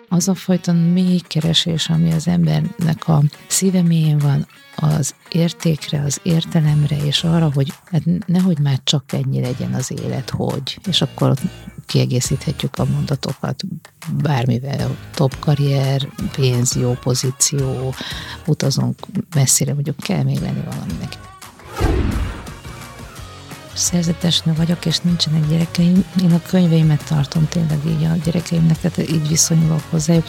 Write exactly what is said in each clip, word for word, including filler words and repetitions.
Az a fajta mély keresés, ami az embernek a szíve mélyén van, az értékre, az értelemre, és arra, hogy hát nehogy már csak ennyi legyen az élet, hogy. És akkor kiegészíthetjük a mondatokat bármivel, top karrier, pénz, jó pozíció, utazunk messzire, mondjuk kell még lenni valaminek. Szerzetes nő vagyok, és nincsenek gyerekeim. Én a könyveimet tartom tényleg így a gyerekeimnek, tehát így viszonyulok hozzájuk.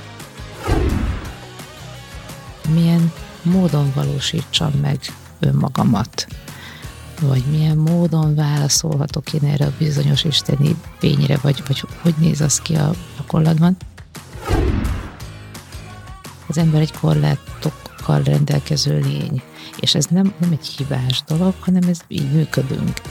Milyen módon valósítsam meg önmagamat? Vagy milyen módon válaszolhatok én erre a bizonyos isteni fényre, vagy, vagy hogy néz az ki a gyakorlatban? Az ember egy korlátokkal rendelkező lény, és ez nem, nem egy hibás dolog, hanem ez így működünk.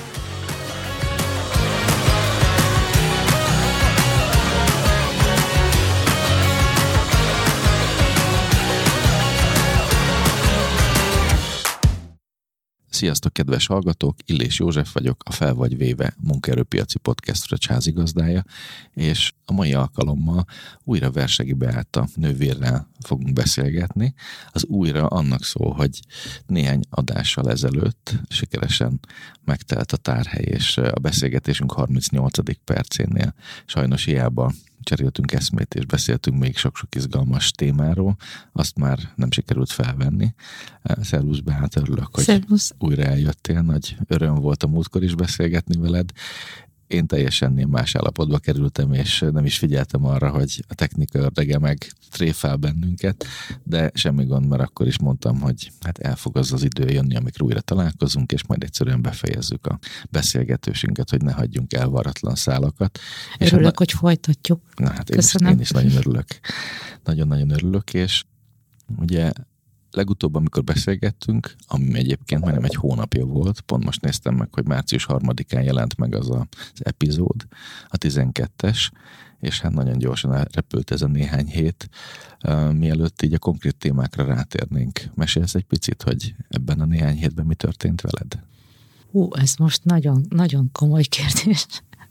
Sziasztok, kedves hallgatók! Illés József vagyok, a Fel vagy véve munkaerőpiaci podcast házigazdája, és a mai alkalommal újra Versegi Beáta nővérrel fogunk beszélgetni. Az újra annak szól, hogy néhány adással ezelőtt sikeresen megtelt a tárhely, és a beszélgetésünk harmincnyolcadik percénél sajnos hiába cseréltünk eszmét, és beszéltünk még sok-sok izgalmas témáról, azt már nem sikerült felvenni. Szervusz Beáta, örülök, hogy Szervusz. Újra eljöttél, nagy öröm volt a múltkor is beszélgetni veled. Én teljesen más állapotba kerültem, és nem is figyeltem arra, hogy a technika ördege meg tréfál bennünket, de semmi gond, mert akkor is mondtam, hogy hát el fog az az idő jönni, amikor újra találkozunk, és majd egyszerűen befejezzük a beszélgetősünket, hogy ne hagyjunk el varatlan szálakat. Örülök, és hát, hogy folytatjuk. Na hát én is, én is nagyon örülök. Nagyon-nagyon örülök, és ugye legutóbb, amikor beszélgettünk, ami egyébként majdnem egy hónapja volt, pont most néztem meg, hogy március harmadikán jelent meg az a, az epizód, a tizenkettes, és hát nagyon gyorsan elrepült ez a néhány hét, uh, mielőtt így a konkrét témákra rátérnénk. Mesélsz egy picit, hogy ebben a néhány hétben mi történt veled? Hú, ez most nagyon, nagyon komoly kérdés.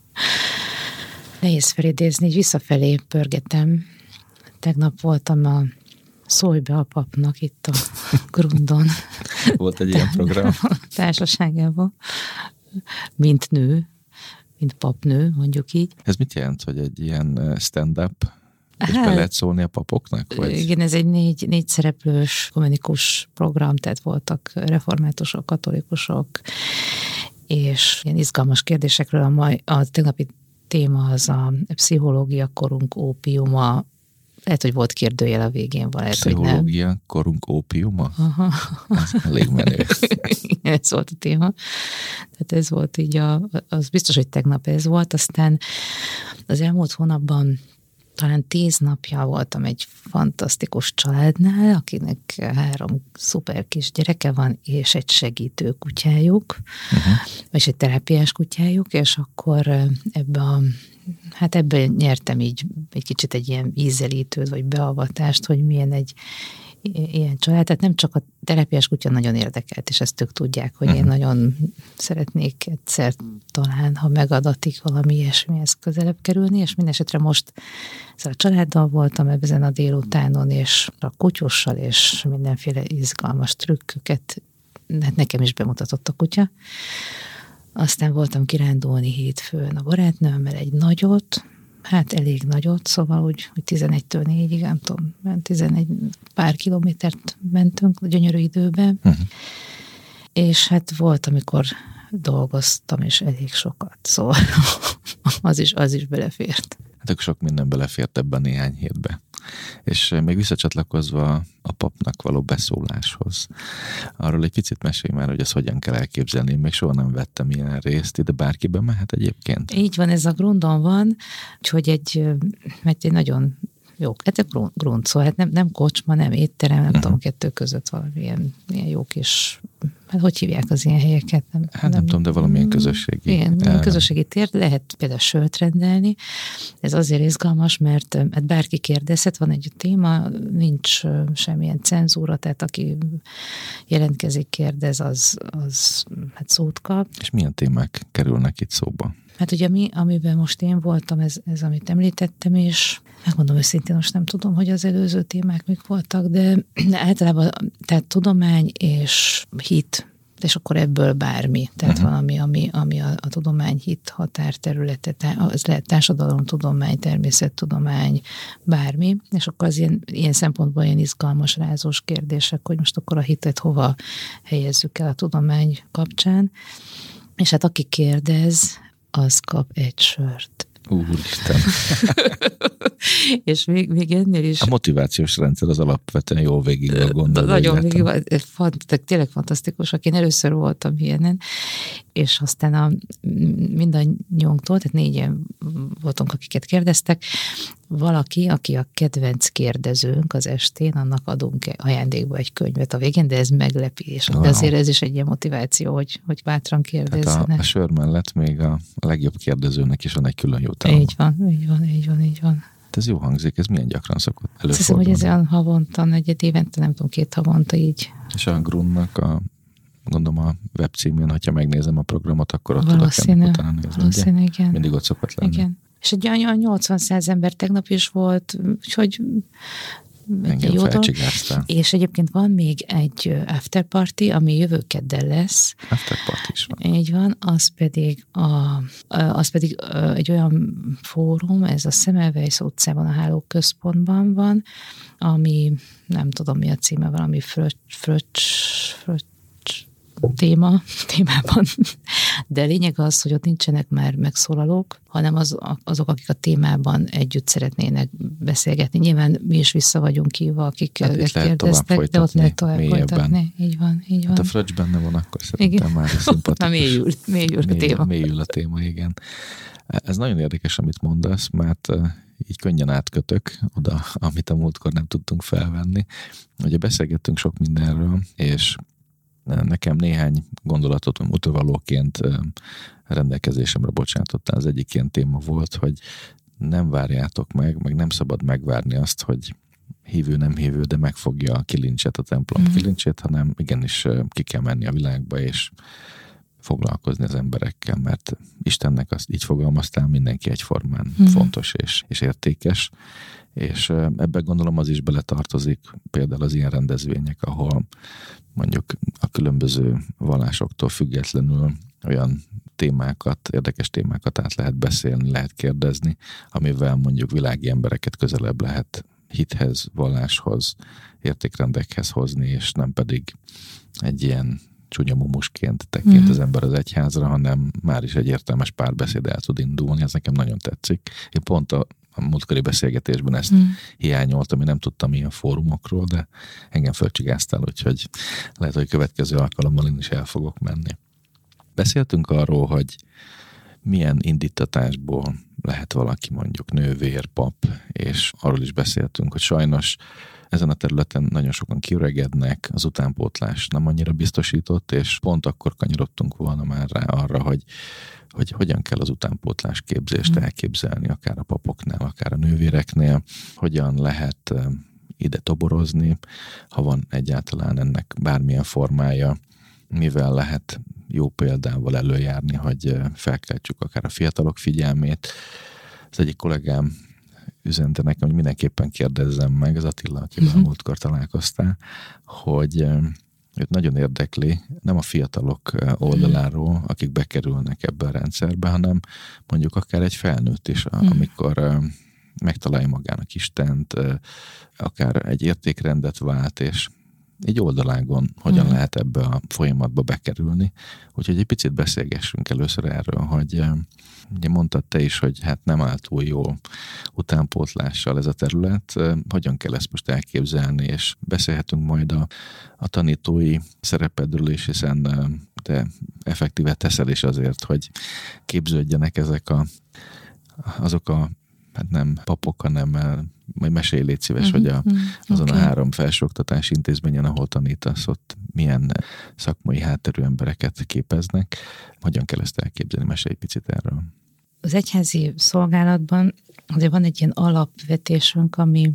Nehéz felidézni, így visszafelé pörgetem. Tegnap voltam a Szólj be a papnak itt a Grundon. Volt egy ilyen program? Társaságában. Mint nő, mint papnő, mondjuk így. Ez mit jelent, hogy egy ilyen stand-up, és hát, be lehet szólni a papoknak? Vagy? Igen, ez egy négy, négy szereplős kommunikus program, tehát voltak reformátusok, katolikusok, és ilyen izgalmas kérdésekről. A, mai, a tegnapi téma az a pszichológia korunk ópiuma. Lehet, hogy volt kérdőjel a végén, van, lehet, hogy nem. Pszichológia, korunk ópiuma? Aha. Ez elég menő. Ez volt a téma. Tehát ez volt így, a, az biztos, hogy tegnap ez volt. Aztán az elmúlt hónapban talán tíz napja voltam egy fantasztikus családnál, akinek három szuper kis gyereke van, és egy segítő kutyájuk, uh-huh. és egy terápiás kutyájuk, és akkor ebbe a Hát ebből nyertem így egy kicsit egy ilyen ízelítőt, vagy beavatást, hogy milyen egy ilyen család. Tehát nem csak a terápiás kutya nagyon érdekelt, és ezt ők tudják, hogy én nagyon szeretnék egyszer talán, ha megadatik valami ilyesmihez közelebb kerülni, és mindesetre most a családdal voltam ezen a délutánon, és a kutyussal, és mindenféle izgalmas trükköket, hát nekem is bemutatott a kutya. Aztán voltam kirándulni hétfőn a barátnőmmel egy nagyot, hát elég nagyot, szóval úgy, hogy tizenegytől négyig, nem tudom, tizenegy pár kilométert mentünk a gyönyörű időben, uh-huh. és hát volt, amikor dolgoztam, és elég sokat, szóval az is, az is belefért. Hát akkor sok minden belefért ebben néhány hétbe. És még visszacsatlakozva a papnak való beszóláshoz. Arról egy picit mesélj már, hogy ezt hogyan kell elképzelni. Én még soha nem vettem ilyen részt, de bárkiben mehet egyébként. Így van, ez a Grundon van, úgyhogy egy, egy nagyon jó, hát a Grund, szóval hát nem, nem kocsma, nem étterem, nem uh-huh. tudom, kettő között valamilyen ilyen jó kis, hát hogy hívják az ilyen helyeket? Nem, hát nem, nem tudom, de valamilyen közösségi. Igen, el... közösségi tér, lehet például sört rendelni. Ez azért izgalmas, mert hát bárki kérdezhet, van egy téma, nincs semmilyen cenzúra, tehát aki jelentkezik, kérdez, az, az hát szót kap. És milyen témák kerülnek itt szóba? Hát ugye mi, amiben most én voltam, ez, ez amit említettem, és megmondom őszintén, most nem tudom, hogy az előző témák mik voltak, de általában tehát tudomány és hit, és akkor ebből bármi. Tehát uh-huh. valami, ami, ami a, a tudomány hit határterülete, az lehet társadalomtudomány, természettudomány, bármi, és akkor az ilyen, ilyen szempontból ilyen izgalmas, rázós kérdések, hogy most akkor a hitet hova helyezzük el a tudomány kapcsán. És hát aki kérdez, az kap egy sört. Úristen. És még, még ennél is... A motivációs rendszer az alapvetően jól végig gondol. Nagyon végig, fant, tényleg fantasztikus. Én először voltam ilyenen, és aztán a, mindannyiunktól, tehát négyen voltunk, akiket kérdeztek, valaki, aki a kedvenc kérdezőnk az estén, annak adunk ajándékba egy könyvet a végén, de ez meglepés. Wow. De azért ez is egy ilyen motiváció, hogy, hogy bátran kérdezzenek. Hát a, a sör mellett még a legjobb kérdezőnek is van egy külön jutalom. Így van, így van, így van, így van. Ez jó hangzik, ez milyen gyakran szokott előfordulni? Azt hiszem, hogy ez olyan havonta, negyed évente, nem tudom, két havonta így. És a Grunnak a, gondolom a webcímén, hogyha megnézem a programot, akkor ott tudok ennek utána nézni. Valószínű, igen. Mindig ott szokott lenni. Igen. És egy olyan nyolcvan-száz ember tegnap is volt, úgyhogy engem felcsigáztál. És egyébként van még egy after party, ami jövő kedden lesz. After party is van. Így van, az pedig, a, az pedig egy olyan fórum, ez a Semmelweis utcában, a Hálók központban van, ami, nem tudom mi a címe, valami fröccs, fröccs, fröccs téma, témában. De lényeg az, hogy ott nincsenek már megszólalók, hanem az, azok, akik a témában együtt szeretnének beszélgetni. Nyilván mi is vissza vagyunk hívva, akik kérdeztek, de ott lehet tovább folytatni. Így van, így van. Hát a fröccs benne van, akkor szerintem igen. Már a szimpatikus. Na mélyül, mélyül a téma. Mélyül a téma, igen. Ez nagyon érdekes, amit mondasz, mert így könnyen átkötök oda, amit a múltkor nem tudtunk felvenni. Ugye beszélgettünk sok mindenről, és nekem néhány gondolatot mutovalóként rendelkezésemre bocsátottál. Az egyik ilyen téma volt, hogy nem várjátok meg, meg nem szabad megvárni azt, hogy hívő, nem hívő, de megfogja a kilincset, a templom mm. kilincsét, hanem igenis ki kell menni a világba, és foglalkozni az emberekkel, mert Istennek azt így fogalmaztál, mindenki egyformán mm. fontos és, és értékes, és ebben gondolom az is beletartozik, például az ilyen rendezvények, ahol mondjuk a különböző vallásoktól függetlenül olyan témákat, érdekes témákat át lehet beszélni, lehet kérdezni, amivel mondjuk világi embereket közelebb lehet hithez, valláshoz, értékrendekhez hozni, és nem pedig egy ilyen csúnya mumusként tekint mm. az ember az egyházra, hanem már is egy értelmes párbeszéd el tud indulni, ez nekem nagyon tetszik. Én pont a a múltkori beszélgetésben ezt mm. hiányoltam, én nem tudtam ilyen fórumokról, de engem fölcsigáztál, úgyhogy lehet, hogy következő alkalommal én is el fogok menni. Beszéltünk arról, hogy milyen indítatásból lehet valaki mondjuk nővér, pap, és arról is beszéltünk, hogy sajnos ezen a területen nagyon sokan kiöregednek, az utánpótlás nem annyira biztosított, és pont akkor kanyarodtunk volna már rá arra, hogy hogy hogyan kell az utánpótlás képzést elképzelni, akár a papoknál, akár a nővéreknél, hogyan lehet ide toborozni, ha van egyáltalán ennek bármilyen formája, mivel lehet jó példával előjárni, hogy felkeltsük akár a fiatalok figyelmét. Az egyik kollégám üzente nekem, hogy mindenképpen kérdezzem meg, az Attila, akivel uh-huh. múltkor találkoztál, hogy őt nagyon érdekli, nem a fiatalok oldaláról, akik bekerülnek ebbe a rendszerbe, hanem mondjuk akár egy felnőtt is, amikor megtalálja magának Istent, akár egy értékrendet vált, és egy oldalágon hogyan lehet ebbe a folyamatba bekerülni. Úgyhogy egy picit beszélgessünk először erről, hogy ugye mondtad te is, hogy hát nem áll túl jól utánpótlással ez a terület. Hogyan kell ezt most elképzelni, és beszélhetünk majd a, a tanítói szerepedről is, hiszen te effektíve teszel is azért, hogy képződjenek ezek a, azok a hát nem papok, hanem majd mesélj, légy szíves, uh-huh. hogy a, azon okay. a három felsőoktatási intézményen, ahol tanítasz, ott milyen szakmai hátterű embereket képeznek. Hogyan kell ezt elképzelni? Mesélj egy picit erről. Az egyházi szolgálatban azért van egy ilyen alapvetésünk, ami,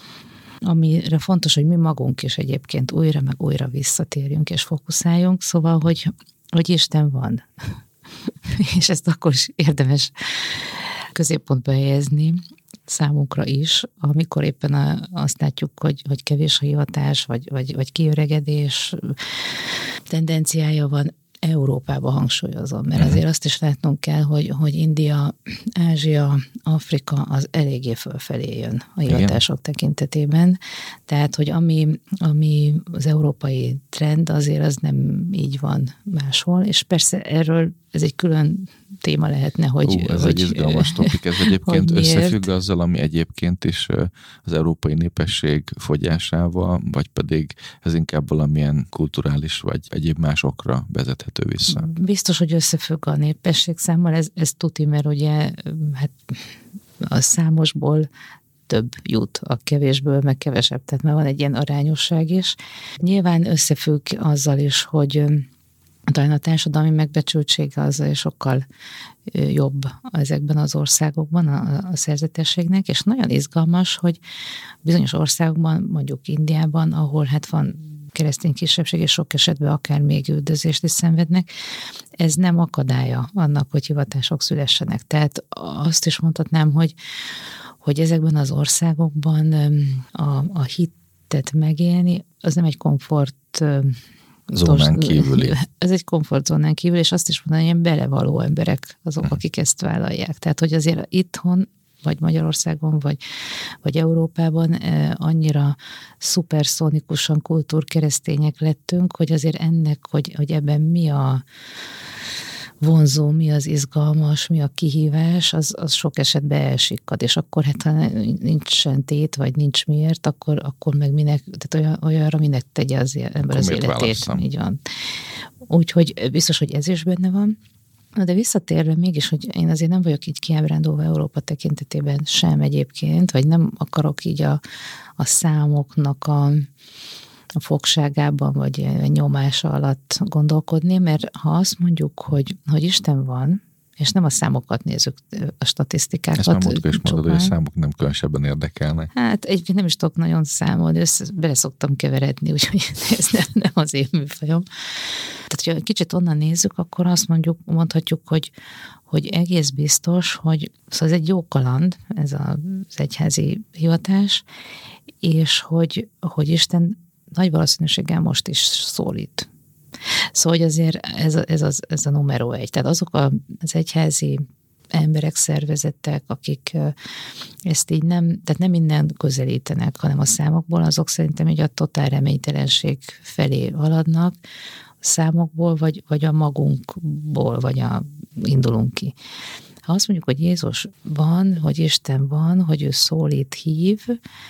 amire fontos, hogy mi magunk is egyébként újra meg újra visszatérjünk és fókuszáljunk, szóval, hogy, hogy Isten van. és ezt akkor is érdemes középpontba helyezni, számunkra is, amikor éppen a, azt látjuk, hogy, hogy kevés a hivatás, vagy, vagy, vagy kiöregedés tendenciája van, Európában hangsúlyozom, mert azért azt is látnunk kell, hogy, hogy India, Ázsia, Afrika az eléggé fölfelé jön a hivatások Igen. tekintetében. Tehát, hogy ami, ami az európai trend, azért az nem így van máshol, és persze erről ez egy külön téma lehetne, hogy... Ó, ez hogy, egy izgalmas topik, ez egyébként összefügg azzal, ami egyébként is az európai népesség fogyásával, vagy pedig ez inkább valamilyen kulturális, vagy egyéb másokra vezethető vissza. Biztos, hogy összefügg a népesség számmal, ez, ez tuti, mert ugye hát a számosból több jut, a kevésből meg kevesebb, tehát már van egy ilyen arányosság is. Nyilván összefügg azzal is, hogy talán a társadalmi megbecsültsége az sokkal jobb ezekben az országokban a, a szerzetességnek, és nagyon izgalmas, hogy bizonyos országokban, mondjuk Indiában, ahol hát van keresztény kisebbség, és sok esetben akár még üldözést is szenvednek, ez nem akadálya annak, hogy hivatások szülessenek. Tehát azt is mondhatnám, hogy, hogy ezekben az országokban a, a hitet megélni, az nem egy komfort zónán kívüli. Ez egy komfortzónán kívül, és azt is mondani, hogy ilyen belevaló emberek azok, akik ezt vállalják. Tehát, hogy azért itthon, vagy Magyarországon, vagy, vagy Európában eh, annyira szuperszónikusan kultúrkeresztények lettünk, hogy azért ennek, hogy, hogy ebben mi a vonzó, mi az izgalmas, mi a kihívás, az, az sok esetben elsikkad, és akkor hát ha nincsen tét, vagy nincs miért, akkor, akkor meg minek, tehát olyan, olyanra minek tegye az ember az életét. Válasszam. Így van. Úgyhogy biztos, hogy ez is benne van. Na de visszatérve mégis, hogy én azért nem vagyok így kiábrándulva Európa tekintetében sem egyébként, vagy nem akarok így a, a számoknak a a fogságában, vagy a nyomása alatt gondolkodni, mert ha azt mondjuk, hogy, hogy Isten van, és nem a számokat nézzük, a statisztikákat. Ezt már mondtuk, és mondod, hogy a számok nem különösebben érdekelnek. Hát egyébként nem is tudok nagyon számolni, össze, bele szoktam keveredni, úgyhogy ez nem, nem az én műfajom. Tehát, hogyha kicsit onnan nézzük, akkor azt mondjuk, mondhatjuk, hogy, hogy egész biztos, hogy szóval ez egy jó kaland, ez az egyházi hivatás, és hogy, hogy Isten nagy valószínűséggel most is szólít. Szóval, hogy azért ez a, ez, az, ez a numero egy. Tehát azok a, az egyházi emberek, szervezetek, akik ezt így nem, tehát nem innen közelítenek, hanem a számokból, azok szerintem így a totál reménytelenség felé haladnak, a számokból, vagy, vagy a magunkból, vagy a, indulunk ki. Ha azt mondjuk, hogy Jézus van, hogy Isten van, hogy ő szólít, hív,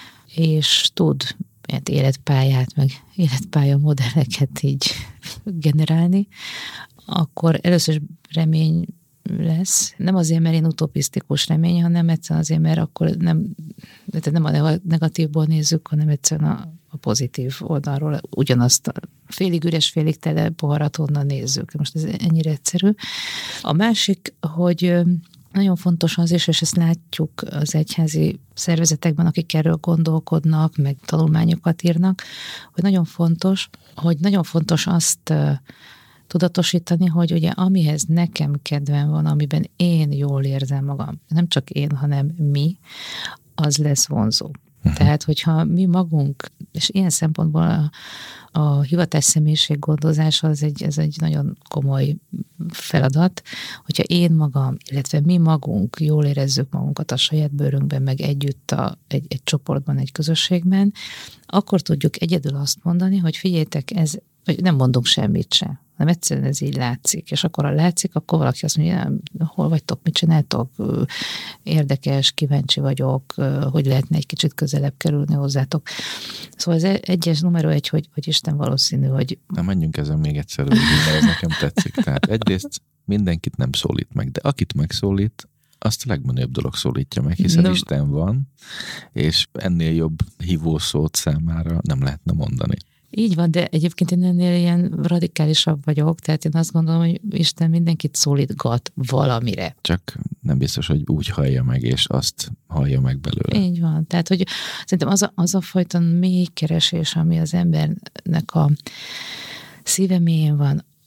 és tud életpályát, meg életpálya modelleket így generálni, akkor először is remény lesz. Nem azért, mert én utopisztikus remény, hanem egyszerűen azért, mert akkor nem, nem a negatívból nézzük, hanem egyszerűen a, a pozitív oldalról ugyanazt a félig üres, félig tele poharat onnan nézzük. Most ez ennyire egyszerű. A másik, hogy nagyon fontos az is, és ezt látjuk az egyházi szervezetekben, akik erről gondolkodnak, meg tanulmányokat írnak, hogy nagyon fontos, hogy nagyon fontos azt tudatosítani, hogy ugye amihez nekem kedvem van, amiben én jól érzem magam, nem csak én, hanem mi, az lesz vonzó. Tehát, hogyha mi magunk, és ilyen szempontból a, a hivatás személyiség gondozása az egy, ez egy nagyon komoly feladat, hogyha én magam, illetve mi magunk jól érezzük magunkat a saját bőrünkben, meg együtt a, egy, egy csoportban, egy közösségben, akkor tudjuk egyedül azt mondani, hogy figyeljetek, ez, vagy nem mondunk semmit se, hanem egyszerűen ez így látszik, és akkor ha látszik, akkor valaki azt mondja, hol vagytok, mit csináltok, érdekes, kíváncsi vagyok, hogy lehetne egy kicsit közelebb kerülni hozzátok. Szóval ez egyes numero egy, hogy, hogy Isten valószínű, hogy... Na, menjünk ezen még egyszer, mert ez nekem tetszik. Tehát egyrészt mindenkit nem szólít meg, de akit megszólít, azt a legmenőbb dolog szólítja meg, hiszen no. Isten van, és ennél jobb hívószót számára nem lehetne mondani. Így van, de egyébként én ennél ilyen radikálisabb vagyok, tehát én azt gondolom, hogy Isten mindenkit szólítgat valamire. Csak nem biztos, hogy úgy hallja meg, és azt hallja meg belőle. Így van, tehát hogy szerintem az a, az a fajta mély keresés, ami az embernek a szíve mélyén van,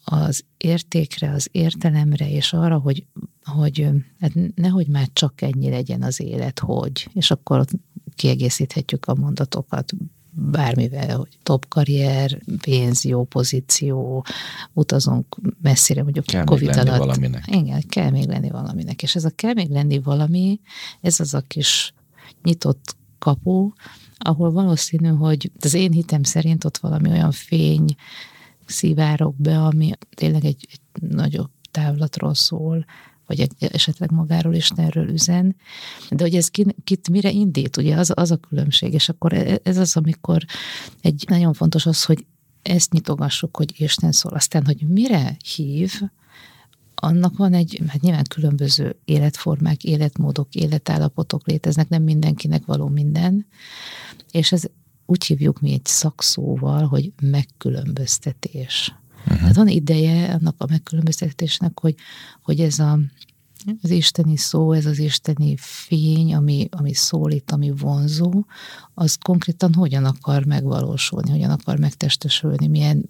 az értékre, az értelemre, és arra, hogy, hogy hát nehogy már csak ennyi legyen az élet, hogy, és akkor kiegészíthetjük a mondatokat bármivel, hogy top karrier, pénz, jó pozíció, utazunk messzire, mondjuk kell Covid még lenni alatt. Valaminek. Igen, kell még lenni valaminek. És ez a kell még lenni valami, ez az a kis nyitott kapu, ahol valószínű, hogy az én hitem szerint ott valami olyan fény szivárog be, ami tényleg egy, egy nagyobb távlatról szól, vagy egy, esetleg magáról Istenről üzen, de hogy ez kit, kit mire indít, ugye az, az a különbség, és akkor ez az, amikor egy nagyon fontos az, hogy ezt nyitogassuk, hogy Isten szól, aztán, hogy mire hív, annak van egy, hát nyilván különböző életformák, életmódok, életállapotok léteznek, nem mindenkinek való minden, és ez úgy hívjuk mi egy szakszóval, hogy megkülönböztetés. Uh-huh. Hát van ideje annak a megkülönböztetésnek, hogy, hogy ez a, az isteni szó, ez az isteni fény, ami, ami szólít, ami vonzó, az konkrétan hogyan akar megvalósulni, hogyan akar megtestesülni, milyen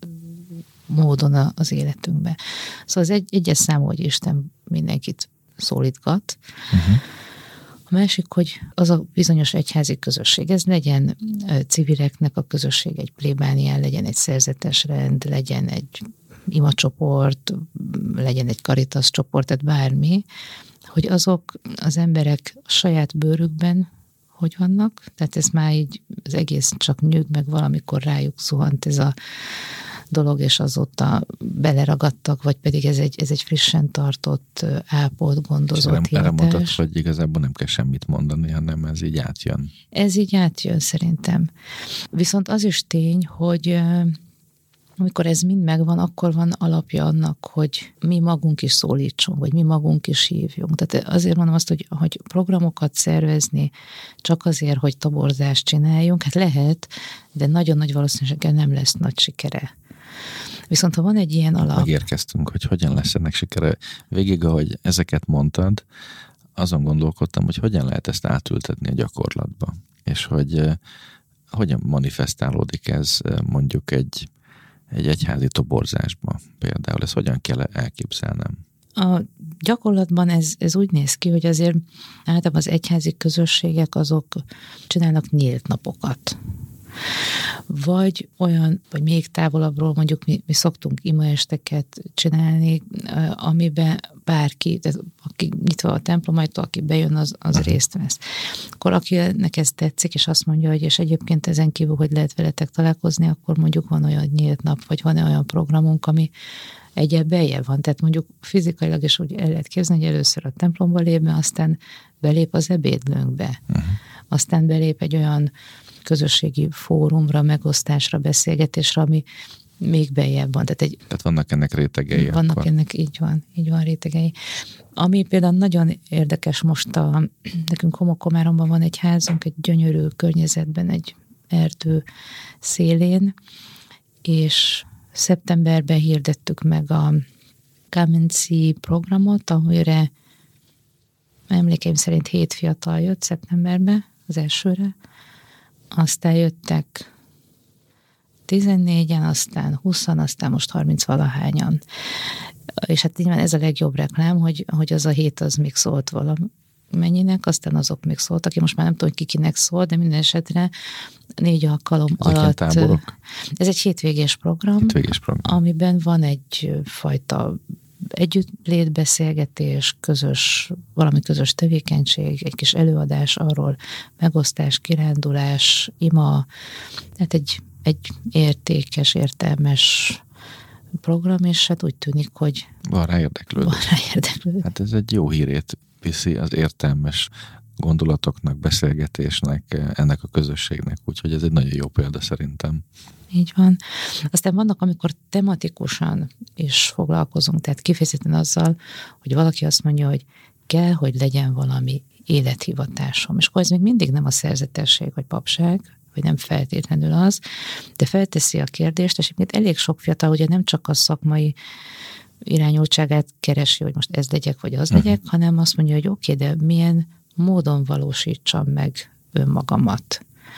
módon az életünkben. Szóval az egy, egyes számú, hogy Isten mindenkit szólítgat. Uh-huh. A másik, hogy az a bizonyos egyházi közösség, ez legyen civileknek a közösség, egy plébánián, legyen egy szerzetes rend, legyen egy imacsoport, legyen egy Caritas csoport, tehát bármi, hogy azok az emberek a saját bőrükben hogy vannak, tehát ez már így az egész csak nyűg, meg valamikor rájuk zuhant ez a dolog, és azóta beleragadtak, vagy pedig ez egy, ez egy frissen tartott, ápolt, gondozott hivatás. Erre mondtad, hogy igazából nem kell semmit mondani, hanem ez így átjön. Ez így átjön szerintem. Viszont az is tény, hogy amikor ez mind megvan, akkor van alapja annak, hogy mi magunk is szólítsunk, vagy mi magunk is hívjunk. Tehát azért mondom azt, hogy, hogy programokat szervezni csak azért, hogy toborzást csináljunk, hát lehet, de nagyon nagy valószínűséggel nem lesz nagy sikere. Viszont ha van egy ilyen alap... Megérkeztünk, hogy hogyan lesz ennek sikere. Végig, ahogy ezeket mondtad, azon gondolkodtam, hogy hogyan lehet ezt átültetni a gyakorlatba. És hogy eh, hogyan manifestálódik ez eh, mondjuk egy, egy egyházi toborzásba. Például ezt hogyan kell elképzelnem? A gyakorlatban ez, ez úgy néz ki, hogy azért általában az egyházi közösségek azok csinálnak nyílt napokat. Vagy olyan, vagy még távolabbról mondjuk mi, mi szoktunk imaesteket csinálni, amiben bárki, tehát aki nyitva a templomajtól, aki bejön, az, az részt vesz. Akkor akinek ez tetszik, és azt mondja, hogy és egyébként ezen kívül, hogy lehet veletek találkozni, akkor mondjuk van olyan nyílt nap, vagy van olyan programunk, ami egyel beljebb van. Tehát mondjuk fizikailag is úgy el lehet képzelni, hogy először a templomba lép be, aztán belép az ebédlőnkbe. Uh-huh. Aztán belép egy olyan közösségi fórumra, megosztásra, beszélgetésre, ami még beljebb van. Tehát, egy, Tehát vannak ennek rétegei. Vannak akkor. ennek, így van, így van rétegei. Ami például nagyon érdekes most, a, nekünk Homokomáromban van egy házunk, egy gyönyörű környezetben, egy erdő szélén, és szeptemberben hirdettük meg a Come and See programot, amire emlékeim szerint hét fiatal jött szeptemberben, az elsőre, aztán jöttek tizennégyen, aztán húszan, aztán most harminc-valahányan. És hát nyilván ez a legjobb reklám, hogy, hogy az a hét az még szólt valamennyinek, aztán azok még szóltak, én most már nem tudom, hogy kikinek szól, de minden esetre négy alkalom Ezek alatt. Táborok? Ez egy hétvégés program, hétvégés program, amiben van egy fajta együttlétbeszélgetés, közös, valami közös tevékenység, egy kis előadás arról, megosztás, kirándulás, ima, tehát egy, egy értékes, értelmes program, és hát úgy tűnik, hogy van rá érdeklődő. Van rá érdeklődő. Hát ez egy jó hírét viszi az értelmes gondolatoknak, beszélgetésnek, ennek a közösségnek, úgyhogy ez egy nagyon jó példa szerintem. Így van. Aztán vannak, amikor tematikusan is foglalkozunk, tehát kifejezetten azzal, hogy valaki azt mondja, hogy kell, hogy legyen valami élethivatásom. És akkor ez még mindig nem a szerzetesség vagy papság, vagy nem feltétlenül az, de felteszi a kérdést, és egyébként elég sok fiatal, ugye nem csak a szakmai irányultságát keresi, hogy most ez legyek, vagy az legyek, uh-huh. hanem azt mondja, hogy oké, okay, de milyen módon valósítsam meg önmagamat.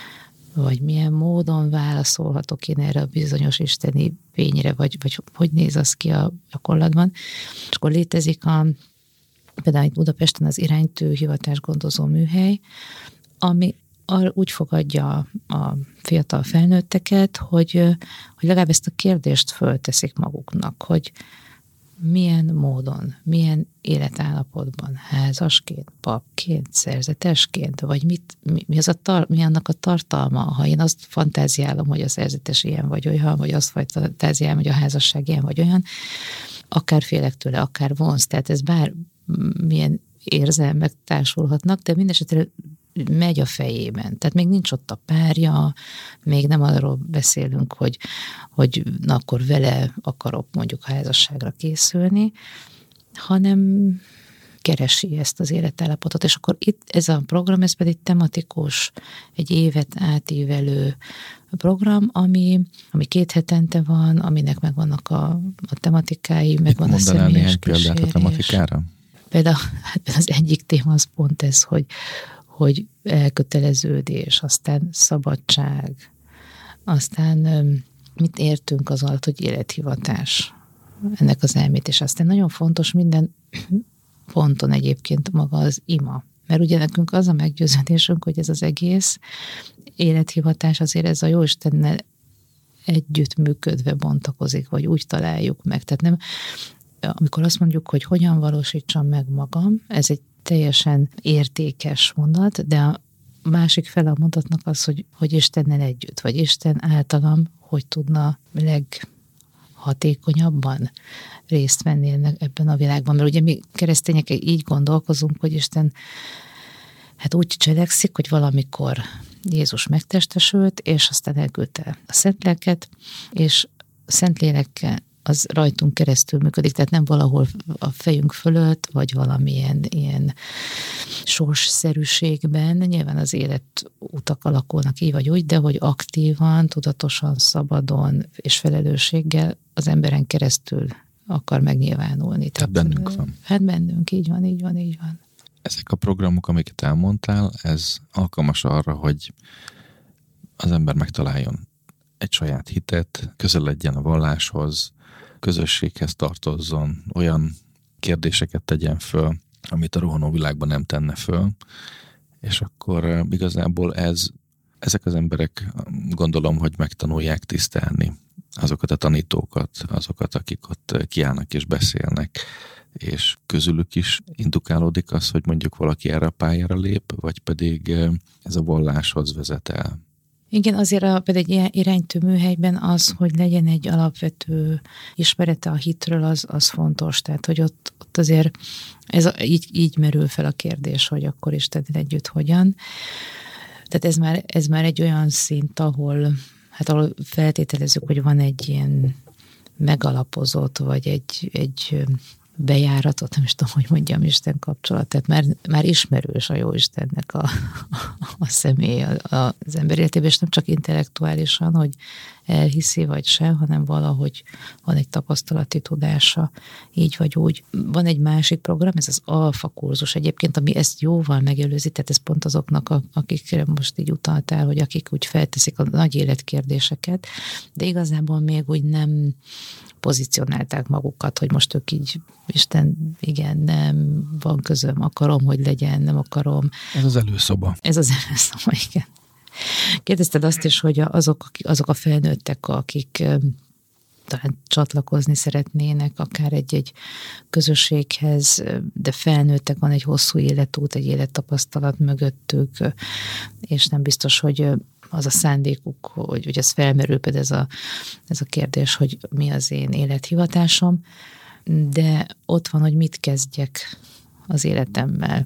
vagy milyen módon válaszolhatok én erre a bizonyos isteni vényre, vagy, vagy hogy néz az ki a gyakorlatban. És akkor létezik a, például itt Budapesten az iránytű hivatásgondozó műhely, ami úgy fogadja a fiatal felnőtteket, hogy, hogy legalább ezt a kérdést fölteszik maguknak, hogy milyen módon, milyen életállapotban, házasként, papként, szerzetesként, vagy mit, mi, mi, az a tar, mi annak a tartalma, ha én azt fantáziálom, hogy a szerzetes ilyen vagy olyan, vagy azt fantáziálom, hogy a házasság ilyen vagy olyan, akár félek tőle, akár vonz, tehát ez bár milyen érzelmek társulhatnak, de mindesetre megy a fejében. Tehát még nincs ott a párja, még nem arról beszélünk, hogy, hogy na akkor vele akarok mondjuk házasságra készülni, hanem keresi ezt az életállapotot. És akkor itt ez a program, ez pedig tematikus, egy évet átívelő program, ami, ami két hetente van, aminek megvannak a, a tematikai, megvan a személyes kísérés. Példát a tematikára? Például hát az egyik téma az pont ez, hogy hogy elköteleződés, aztán szabadság, aztán mit értünk az alatt, hogy élethivatás, ennek az elmétés. Aztán nagyon fontos minden ponton egyébként maga az ima. Mert ugye nekünk az a meggyőződésünk, hogy ez az egész élethivatás azért ez a Jóistennel együttműködve bontakozik, vagy úgy találjuk meg. Tehát nem, amikor azt mondjuk, hogy hogyan valósítsam meg magam, ez egy teljesen értékes mondat, de a másik fele a mondatnak az, hogy, hogy Istennel együtt, vagy Isten általam, hogy tudna leghatékonyabban részt venni ebben a világban. Mert ugye mi keresztények így gondolkozunk, hogy Isten hát úgy cselekszik, hogy valamikor Jézus megtestesült, és aztán elküldte a Szentléleket, és a Szentlélekkel az rajtunk keresztül működik, tehát nem valahol a fejünk fölött, vagy valamilyen ilyen sorsszerűségben. Nyilván az életutak alakulnak így vagy úgy, de hogy aktívan, tudatosan, szabadon és felelősséggel az emberen keresztül akar megnyilvánulni. Tehát, tehát bennünk van. Hát bennünk, így van, így van, így van. Ezek a programok, amiket elmondtál, ez alkalmas arra, hogy az ember megtaláljon egy saját hitet, közeledjen a valláshoz, közösséghez tartozzon, olyan kérdéseket tegyen föl, amit a rohanó világban nem tenne föl, és akkor igazából ez, ezek az emberek gondolom, hogy megtanulják tisztelni azokat a tanítókat, azokat, akik ott kiállnak és beszélnek, és közülük is indukálódik az, hogy mondjuk valaki erre a pályára lép, vagy pedig ez a valláshoz vezet el. Igen, azért a, például egy ilyen iránytű műhelyben az, hogy legyen egy alapvető ismerete a hitről, az, az fontos. Tehát, hogy ott, ott azért ez a, így, így merül fel a kérdés, hogy akkor Istennel együtt hogyan. Tehát ez már, ez már egy olyan szint, ahol, hát ahol feltételezzük, hogy van egy ilyen megalapozott, vagy egy, egy bejáratot, nem is tudom, hogy mondjam, Isten kapcsolat, tehát már, már ismerős a Jóistennek a, a személy az ember életében, és nem csak intellektuálisan, hogy elhiszi vagy sem, hanem valahogy van egy tapasztalati tudása, így vagy úgy. Van egy másik program, ez az alfa kurzus egyébként, ami ezt jóval megelőzi, tehát ez pont azoknak, a, akikre most így utaltál, hogy akik úgy felteszik a nagy életkérdéseket, de igazából még úgy nem pozícionálták magukat, hogy most ők így, Isten, igen, nem, van közöm, akarom, hogy legyen, nem akarom. Ez az előszoba. Ez az előszoba, igen. Kérdezted azt is, hogy azok, azok a felnőttek, akik talán csatlakozni szeretnének akár egy-egy közösséghez, de felnőttek, van egy hosszú életút, egy élettapasztalat mögöttük, és nem biztos, hogy az a szándékuk, hogy, hogy ez felmerül például ez a, ez a kérdés, hogy mi az én élethivatásom, de ott van, hogy mit kezdjek az életemmel.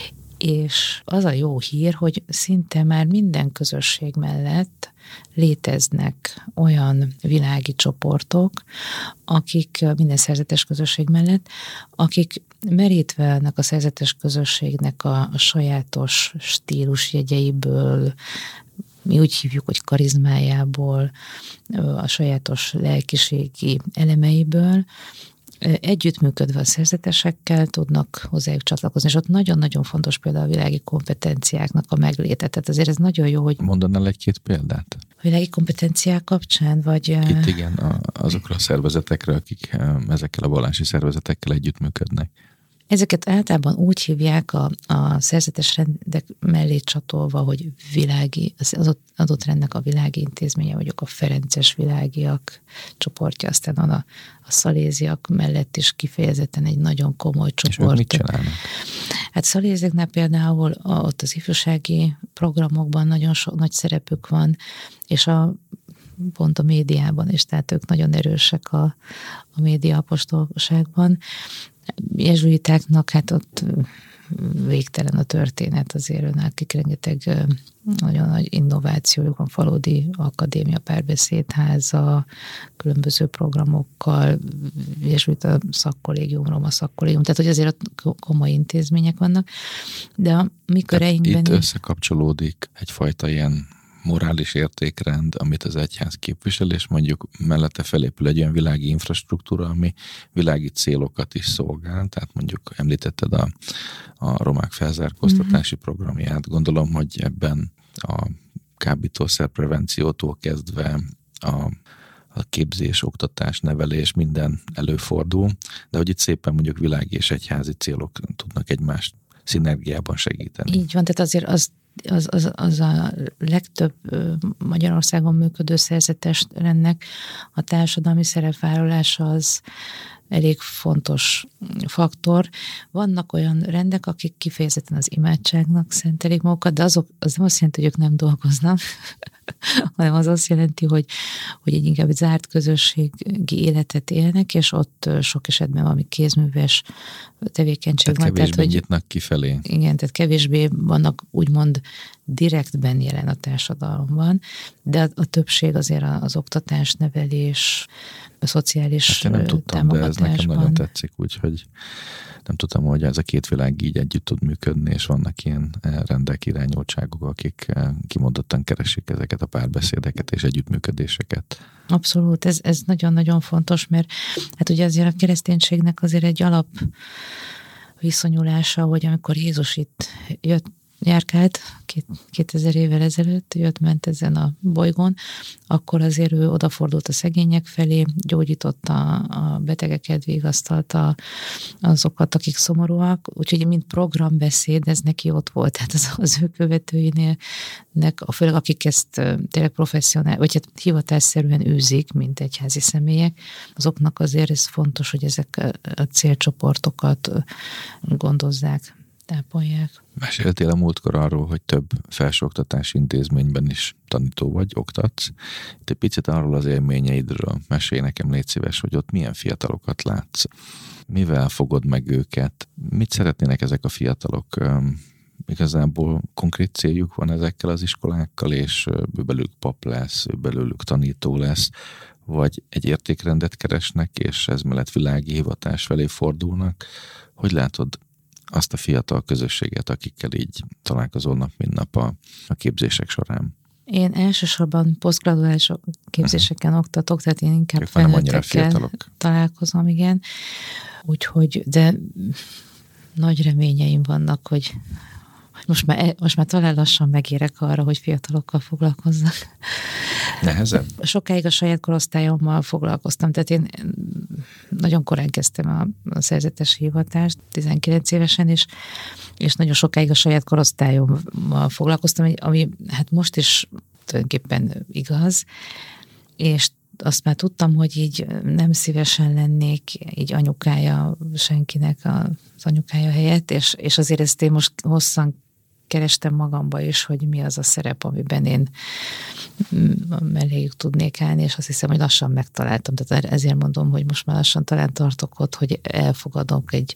És az a jó hír, hogy szinte már minden közösség mellett léteznek olyan világi csoportok, akik minden szerzetes közösség mellett, akik merítve ennek a szerzetes közösségnek a, a sajátos stílusjegyeiből, mi úgy hívjuk, hogy karizmájából, a sajátos lelkiségi elemeiből, együttműködve a szerzetesekkel tudnak hozzájuk csatlakozni, és ott nagyon-nagyon fontos például a világi kompetenciáknak a megléte. Tehát azért ez nagyon jó, hogy... Mondanál egy-két példát? A világi kompetenciák kapcsán, vagy... Itt igen, a, azokra a szervezetekre, akik ezekkel a vallási szervezetekkel együttműködnek. Ezeket általában úgy hívják a, a szerzetes rendek mellé csatolva, hogy világi, az adott rendnek a világi intézménye, vagyok a ferences világiak csoportja, aztán a, a szaléziak mellett is kifejezetten egy nagyon komoly csoport. És mit csinálnak? Hát szaléziaknál például a, ott az ifjúsági programokban nagyon so, nagy szerepük van, és a pont a médiában is, tehát ők nagyon erősek a, a média apostolságban. Jezsuitáknak hát ott végtelen a történet, azért önállkik rengeteg nagyon nagy innovációjuk van, Faludi Akadémia, Párbeszédháza, különböző programokkal, jezsuita szakkollégium, roma szakkollégium, tehát hogy azért ott komoly intézmények vannak, de a mi köreinkben... Itt összekapcsolódik egyfajta ilyen morális értékrend, amit az egyház képvisel, és mondjuk mellette felépül egy olyan világi infrastruktúra, ami világi célokat is szolgál, tehát mondjuk említetted a, a romák felzárkóztatási mm-hmm. programját, gondolom, hogy ebben a kábítószerprevenciótól kezdve a a képzés, oktatás, nevelés, minden előfordul, de hogy itt szépen mondjuk világi és egyházi célok tudnak egymást szinergiában segíteni. Így van, tehát azért az Az, az, az a legtöbb Magyarországon működő szerzetes rendnek a társadalmi szerepvállalása az elég fontos faktor. Vannak olyan rendek, akik kifejezetten az imádságnak szentelik magukat, de azok, az nem azt jelenti, hogy ők nem dolgoznak, hanem az azt jelenti, hogy, hogy egy inkább egy zárt közösségi életet élnek, és ott sok esetben valami kézműves tevékenység tehát van. Kevésbé tehát, nyitnak kifelé. Igen, tehát kevésbé vannak úgymond direktben jelen a társadalomban, de a, a többség azért az oktatás, nevelés, a szociális hát én nem tudtam, de ez nekem nagyon tetszik, úgyhogy nem tudtam, hogy ez a két világ így együtt tud működni, és vannak ilyen rendek, irányultságok, akik kimondottan keresik ezeket a párbeszédeket és együttműködéseket. Abszolút, ez, ez nagyon-nagyon fontos, mert hát ugye azért a kereszténységnek azért egy alap viszonyulása, hogy amikor Jézus itt jött, járkált két, kétezer évvel ezelőtt, jött-ment ezen a bolygón, akkor azért ő odafordult a szegények felé, gyógyította a betegeket, vigasztalta azokat, akik szomorúak, úgyhogy mint programbeszéd, ez neki ott volt, tehát az, az ő követőinél, a főleg akik ezt tényleg professzionál, vagy hát hivatásszerűen űzik, mint egyházi személyek, azoknak azért ez fontos, hogy ezek a célcsoportokat gondozzák, tápolják. Meséltél a múltkor arról, hogy több felsőoktatási intézményben is tanító vagy, oktatsz. Itt egy picit arról az élményeidről mesélj nekem, légy szíves, hogy ott milyen fiatalokat látsz. Mivel fogod meg őket? Mit szeretnének ezek a fiatalok? Igazából konkrét céljuk van ezekkel az iskolákkal, és ő belőlük pap lesz, ő belőlük tanító lesz, vagy egy értékrendet keresnek, és ez mellett világi hivatás felé fordulnak. Hogy látod azt a fiatal közösséget, akikkel így találkozol nap, mint nap a, a képzések során? Én elsősorban posztgraduális képzéseken uh-huh. oktatok, tehát én inkább felnőttekkel találkozom, igen. Úgyhogy, de nagy reményeim vannak, hogy most már, most már talán lassan megérek arra, hogy fiatalokkal foglalkozzak. Nehezebb? Sokáig a saját korosztályommal foglalkoztam, tehát én nagyon korán kezdtem a, a szerzetes hivatást, tizenkilenc évesen, és, és nagyon sokáig a saját korosztályommal foglalkoztam, ami hát most is tulajdonképpen igaz, és azt már tudtam, hogy így nem szívesen lennék így anyukája senkinek az anyukája helyett, és, és azért ezt én most hosszan kerestem magamba is, hogy mi az a szerep, amiben én melléjük tudnék állni, és azt hiszem, hogy lassan megtaláltam. Tehát ezért mondom, hogy most már lassan talán tartok ott, hogy elfogadok egy,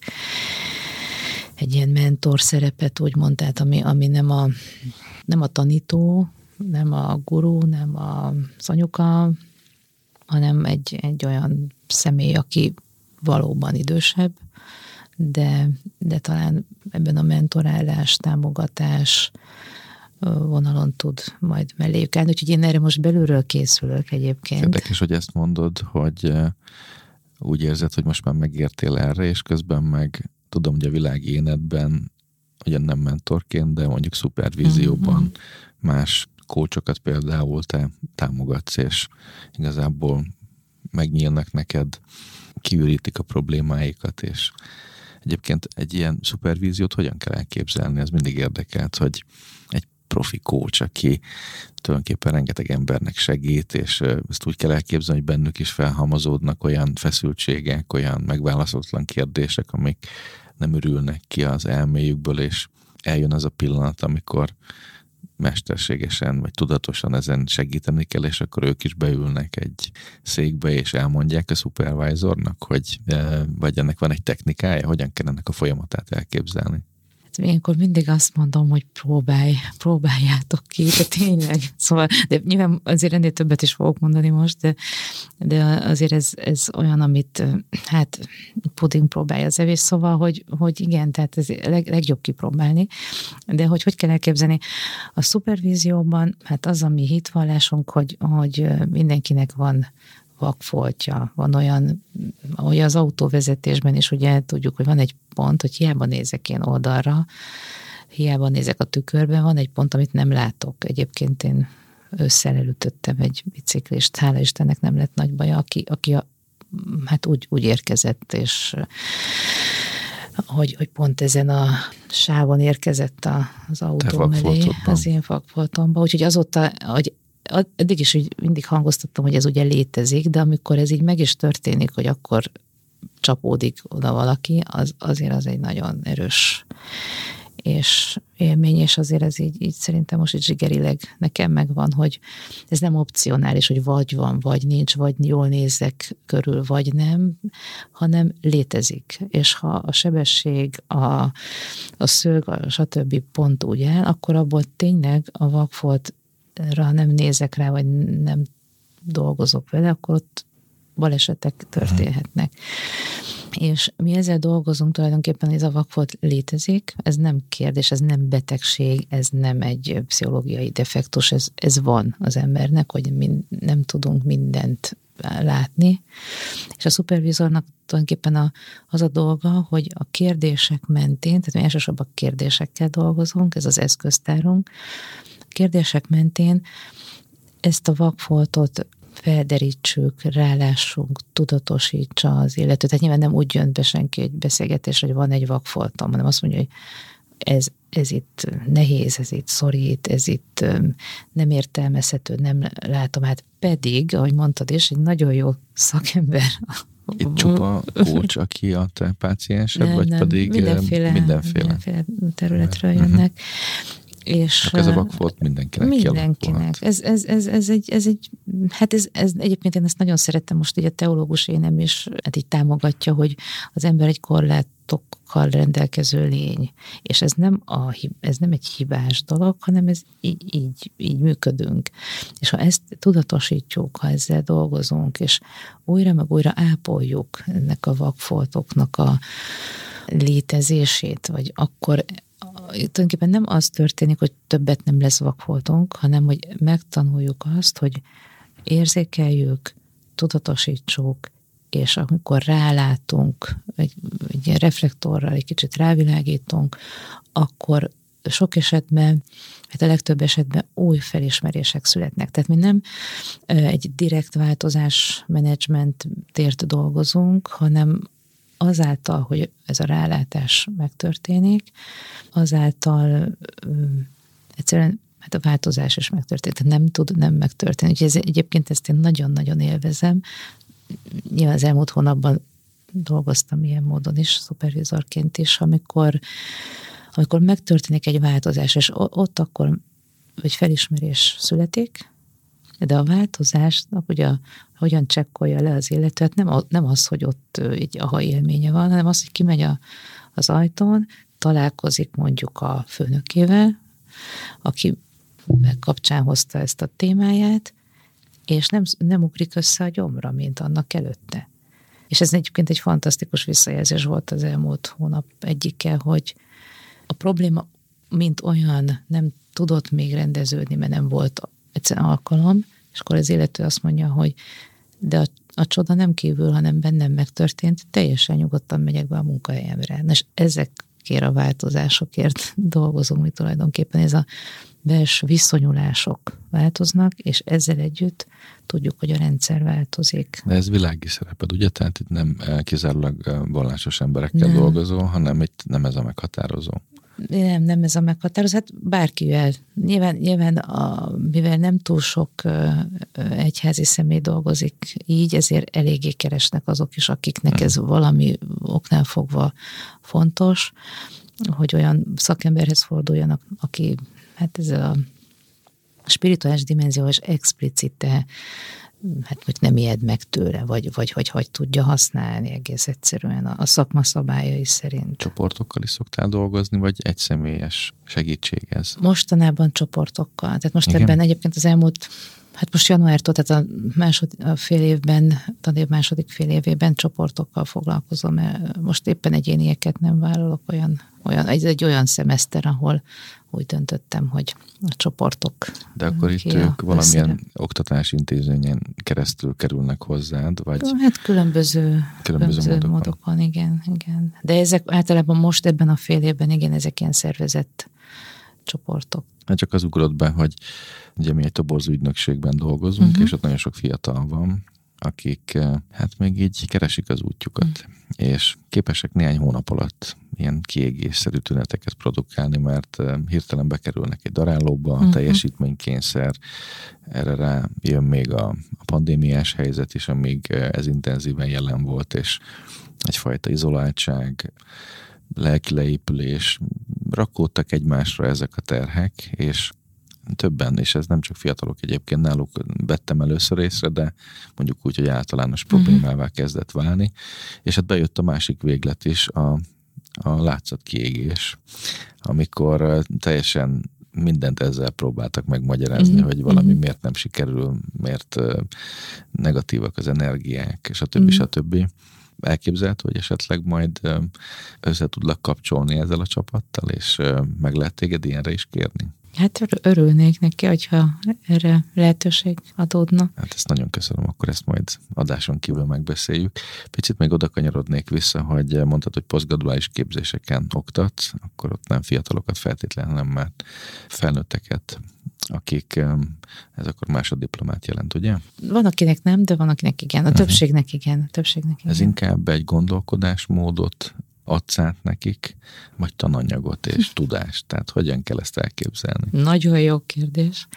egy ilyen mentor szerepet, úgymond, tehát ami, ami nem, a, nem a tanító, nem a guru, nem az anyuka, hanem egy, egy olyan személy, aki valóban idősebb, de, de talán ebben a mentorálás, támogatás vonalon tud majd melléjük állni. Úgyhogy én erre most belülről készülök egyébként. Érdekes, hogy ezt mondod, hogy úgy érzed, hogy most már megértél erre, és közben meg tudom, hogy a világ énedben, ugyan nem mentorként, de mondjuk szupervízióban mm-hmm. más coachokat például te támogatsz, és igazából megnyílnak neked, kiürítik a problémáikat, és egyébként egy ilyen szupervíziót hogyan kell elképzelni? Ez mindig érdekelt, hogy egy profi coach, aki tulajdonképpen rengeteg embernek segít, és ezt úgy kell elképzelni, hogy bennük is felhalmozódnak olyan feszültségek, olyan megválaszolatlan kérdések, amik nem ürülnek ki az elméjükből, és eljön az a pillanat, amikor mesterségesen, vagy tudatosan ezen segíteni kell, és akkor ők is beülnek egy székbe, és elmondják a supervisornak, hogy vagy ennek van egy technikája, hogyan kell ennek a folyamatát elképzelni. Ilyenkor mindig azt mondom, hogy próbálj, próbáljátok ki, de tényleg. Szóval, de nyilván azért ennél többet is fogok mondani most, de, de azért ez, ez olyan, amit hát puding próbálja az evés, szóval, hogy, hogy igen, tehát ez leg, legjobb kipróbálni, de hogy hogy kell elképzelni a szupervízióban, hát az a mi hitvallásunk, hogy, hogy mindenkinek van vakfoltja, van olyan, ahogy az autóvezetésben is ugye tudjuk, hogy van egy pont, hogy hiába nézek én oldalra, hiába nézek a tükörben, van egy pont, amit nem látok. Egyébként én ősszel elütöttem egy biciklist, hála Istennek nem lett nagy baja, aki, aki a, hát úgy, úgy érkezett, és hogy, hogy pont ezen a sávon érkezett az autó mellé, az én vakfoltomba. Úgyhogy azóta, hogy eddig is úgy mindig hangoztattam, hogy ez ugye létezik, de amikor ez így meg is történik, hogy akkor csapódik oda valaki, az, azért az egy nagyon erős és élmény, és azért ez így, így szerintem most így zsigerileg nekem megvan, hogy ez nem opcionális, hogy vagy van, vagy nincs, vagy jól nézek körül, vagy nem, hanem létezik. És ha a sebesség, a, a szög, a stb. Pont úgy el, akkor abból tényleg a vakfoltra nem nézek rá, vagy nem dolgozok vele, akkor ott balesetek történhetnek. És mi ezzel dolgozunk tulajdonképpen, hogy ez a vakfolt létezik, ez nem kérdés, ez nem betegség, ez nem egy pszichológiai defektus, ez, ez van az embernek, hogy mind, nem tudunk mindent látni, és a szupervizornak tulajdonképpen a, az a dolga, hogy a kérdések mentén, tehát mi elsősorban kérdésekkel dolgozunk, ez az eszköztárunk, a kérdések mentén ezt a vakfoltot felderítsük, rálássunk, tudatosítsa az illetőt. Tehát nyilván nem úgy jön be senki egy beszélgetés, hogy van egy vakfoltom, hanem azt mondja, hogy ez, ez itt nehéz, ez itt szorít, ez itt nem értelmezhető, nem látom. Hát pedig, ahogy mondtad is, egy nagyon jó szakember. Itt csupa coach, aki a te páciensed, nem, vagy nem, pedig mindenféle, mindenféle. mindenféle területről jönnek. Uh-huh. És ez a vakfolt mindenkinek mindenkinek. Ez, ez, ez, ez, egy, ez egy, hát ez, ez egyébként én ezt nagyon szerettem, most így a teológus énem is hát így támogatja, hogy az ember egy korlátokkal rendelkező lény, és ez nem, a, ez nem egy hibás dolog, hanem ez így, így, így működünk. És ha ezt tudatosítjuk, ha ezzel dolgozunk, és újra meg újra ápoljuk ennek a vakfoltoknak a létezését, vagy akkor tulajdonképpen nem az történik, hogy többet nem lesz vakfoltunk, hanem hogy megtanuljuk azt, hogy érzékeljük, tudatosítsuk, és amikor rálátunk, egy, egy ilyen reflektorral egy kicsit rávilágítunk, akkor sok esetben, hát a legtöbb esetben új felismerések születnek. Tehát mi nem egy direkt változás menedzsmentért dolgozunk, hanem azáltal, hogy ez a rálátás megtörténik, azáltal um, egyszerűen hát a változás is megtörténik, tehát nem tud nem megtörténni. Úgyhogy ez, egyébként ezt én nagyon-nagyon élvezem. Nyilván az elmúlt hónapban dolgoztam ilyen módon is, szupervizorként is, amikor, amikor megtörténik egy változás, és ott akkor egy felismerés születik, de a változásnak ugye hogyan csekkolja le az illetőt, nem, nem az, hogy ott egy aha élménye van, hanem az, hogy kimegy a, az ajtón, találkozik mondjuk a főnökével, aki kapcsán hozta ezt a témáját, és nem, nem ugrik össze a gyomra, mint annak előtte. És ez egyébként egy fantasztikus visszajelzés volt az elmúlt hónap egyike, hogy a probléma mint olyan nem tudott még rendeződni, mert nem volt egyszerűen alkalom, és akkor az illető azt mondja, hogy de a, a csoda nem kívül, hanem bennem megtörtént, teljesen nyugodtan megyek be a munkahelyemre. És ezekért a változásokért dolgozunk mi tulajdonképpen. Ez a belső viszonyulások változnak, és ezzel együtt tudjuk, hogy a rendszer változik. De ez világi szereped, ugye? Tehát itt nem kizárólag vallásos emberekkel nem. dolgozol, hanem itt nem ez a meghatározó. Nem, nem ez a meghatározó. Hát bárkivel. Nyilván, nyilván a, mivel nem túl sok uh, egyházi személy dolgozik így, ezért eléggé keresnek azok is, akiknek ez valami oknál fogva fontos, hogy olyan szakemberhez forduljanak, aki hát ez a spirituális dimenzió és explicite, hát hogy nem ijed meg tőle, vagy, vagy hogy hogy tudja használni egész egyszerűen a, a szakma szabályai szerint. Csoportokkal is szoktál dolgozni, vagy egyszemélyes segítség ez? Mostanában csoportokkal. Tehát most Igen. ebben egyébként az elmúlt, hát most januártól, tehát a, másod, a fél évben, tanév második fél évében csoportokkal foglalkozom, mert most éppen egyénieket nem vállalok, olyan, olyan, egy, egy olyan szemeszter, ahol úgy döntöttem, hogy a csoportok. De akkor itt ők valamilyen összere. Oktatási intézményen keresztül kerülnek hozzád, vagy? Hát különböző, különböző, különböző módokon. módokon, igen, igen. De ezek általában most ebben a fél évben, igen, ezek ilyen szervezett csoportok. Hát csak az ugrott be, hogy ugye mi egy toborzó ügynökségben dolgozunk, uh-huh. és ott nagyon sok fiatal van, akik hát még így keresik az útjukat, uh-huh. és képesek néhány hónap alatt ilyen kiégésszerű tüneteket produkálni, mert hirtelen bekerülnek egy darálóba, uh-huh. teljesítménykényszer, erre rá jön még a, a pandémiás helyzet is, amíg ez intenzíven jelen volt, és egyfajta izoláltság, lelki leépülés, rakódtak egymásra ezek a terhek, és többen, és ez nem csak fiatalok egyébként, náluk vettem először észre, de mondjuk úgy, hogy általános problémává kezdett válni, és hát bejött a másik véglet is, a, a látszatkiégés, amikor teljesen mindent ezzel próbáltak megmagyarázni, mm-hmm. hogy valami mm-hmm. miért nem sikerül, miért negatívak az energiák, és a többi, mm-hmm. stb. Elképzelhető, hogy esetleg majd össze tudlak kapcsolni ezzel a csapattal, és meg lehet téged ilyenre is kérni? Hát örülnék neki, hogyha erre lehetőség adódna. Hát ezt nagyon köszönöm, akkor ezt majd adáson kívül megbeszéljük. Picit még oda kanyarodnék vissza, hogy mondtad, hogy posztgraduális képzéseken oktatsz, akkor ott nem fiatalokat feltétlenül, hanem már felnőtteket, akik, ez akkor másoddiplomát jelent, ugye? Van, akinek nem, de van, akinek igen. A többségnek igen. A többségnek igen. Ez inkább egy gondolkodásmódot adsz át nekik, vagy tananyagot és tudást? Tehát hogyan kell ezt elképzelni? Nagyon jó kérdés.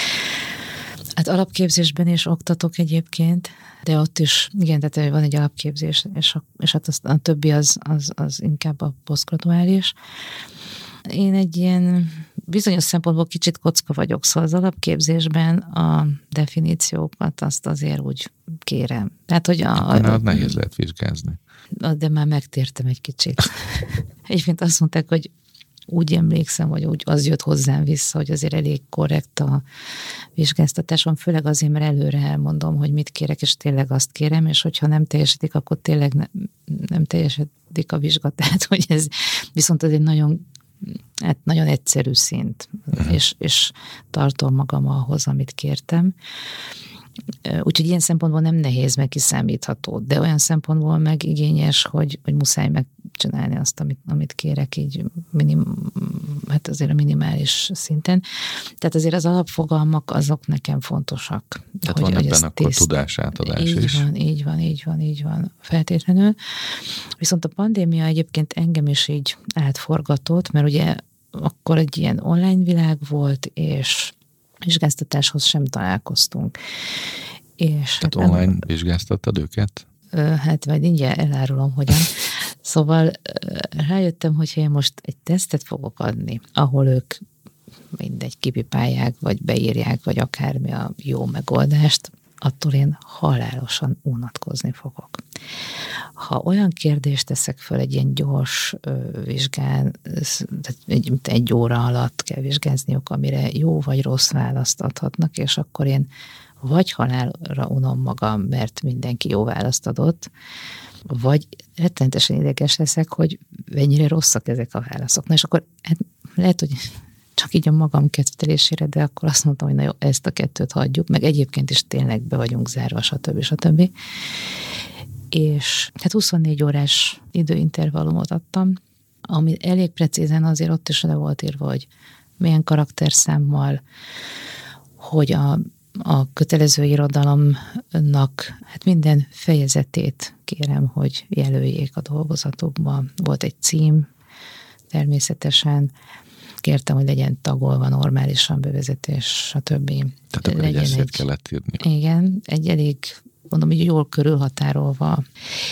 Hát alapképzésben is oktatok egyébként, de ott is, igen, tehát van egy alapképzés, és, a, és hát az, a többi az, az, az inkább a posztgraduális. Én egy ilyen bizonyos szempontból kicsit kocka vagyok, szóval az alapképzésben a definíciókat azt azért úgy kérem. Tehát, hogy a... a nehéz lehet vizsgázni. De már megtértem egy kicsit. Egyébként azt mondták, hogy úgy emlékszem, hogy úgy az jött hozzám vissza, hogy azért elég korrekt a vizsgáztatásom, főleg azért, mert előre elmondom, hogy mit kérek, és tényleg azt kérem, és hogyha nem teljesítik, akkor tényleg ne, nem teljesítik a vizsga. Tehát, hogy ez viszont ez egy nagyon, hát nagyon egyszerű szint, uh-huh. és, és tartom magam ahhoz, amit kértem. Úgyhogy ilyen szempontból nem nehéz, meg kiszámítható, de olyan szempontból meg igényes, hogy, hogy muszáj megcsinálni azt, amit, amit kérek, így minim, hát azért a minimális szinten. Tehát azért az alapfogalmak azok nekem fontosak. Tehát hogy, van hogy ebben akkor tiszt... tudásátadás így is. Van, így van, így van, így van, feltétlenül. Viszont a pandémia egyébként engem is így átforgatott, mert ugye akkor egy ilyen online világ volt, és vizsgáztatáshoz sem találkoztunk. És Tehát hát online nem, vizsgáztattad őket? Hát majd mindjárt elárulom, hogyan. Szóval rájöttem, hogyha én most egy tesztet fogok adni, ahol ők mindegy kipipálják, vagy beírják, vagy akármi a jó megoldást, attól én halálosan unatkozni fogok. Ha olyan kérdést teszek föl egy ilyen gyors ö, vizsgán, egy, egy óra alatt kell vizsgázniuk, amire jó vagy rossz választ adhatnak, és akkor én vagy halálra unom magam, mert mindenki jó választ adott, vagy rettenetesen ideges leszek, hogy mennyire rosszak ezek a válaszok. Na és akkor hát lehet, hogy csak így a magam kedvtelésére, de akkor azt mondtam, hogy na jó, ezt a kettőt hagyjuk, meg egyébként is tényleg be vagyunk zárva, stb. stb. És hát huszonnégy órás időintervallumot adtam, ami elég precízen azért ott is le volt írva, hogy milyen karakterszámmal, hogy a, a kötelező irodalomnak hát minden fejezetét kérem, hogy jelöljék a dolgozatokba. Volt egy cím, természetesen kértem, hogy legyen tagolva normálisan bevezetés, stb. Tehát akkor egy eszét kellett írni. Igen, egy elég, mondom, így jól körülhatárolva,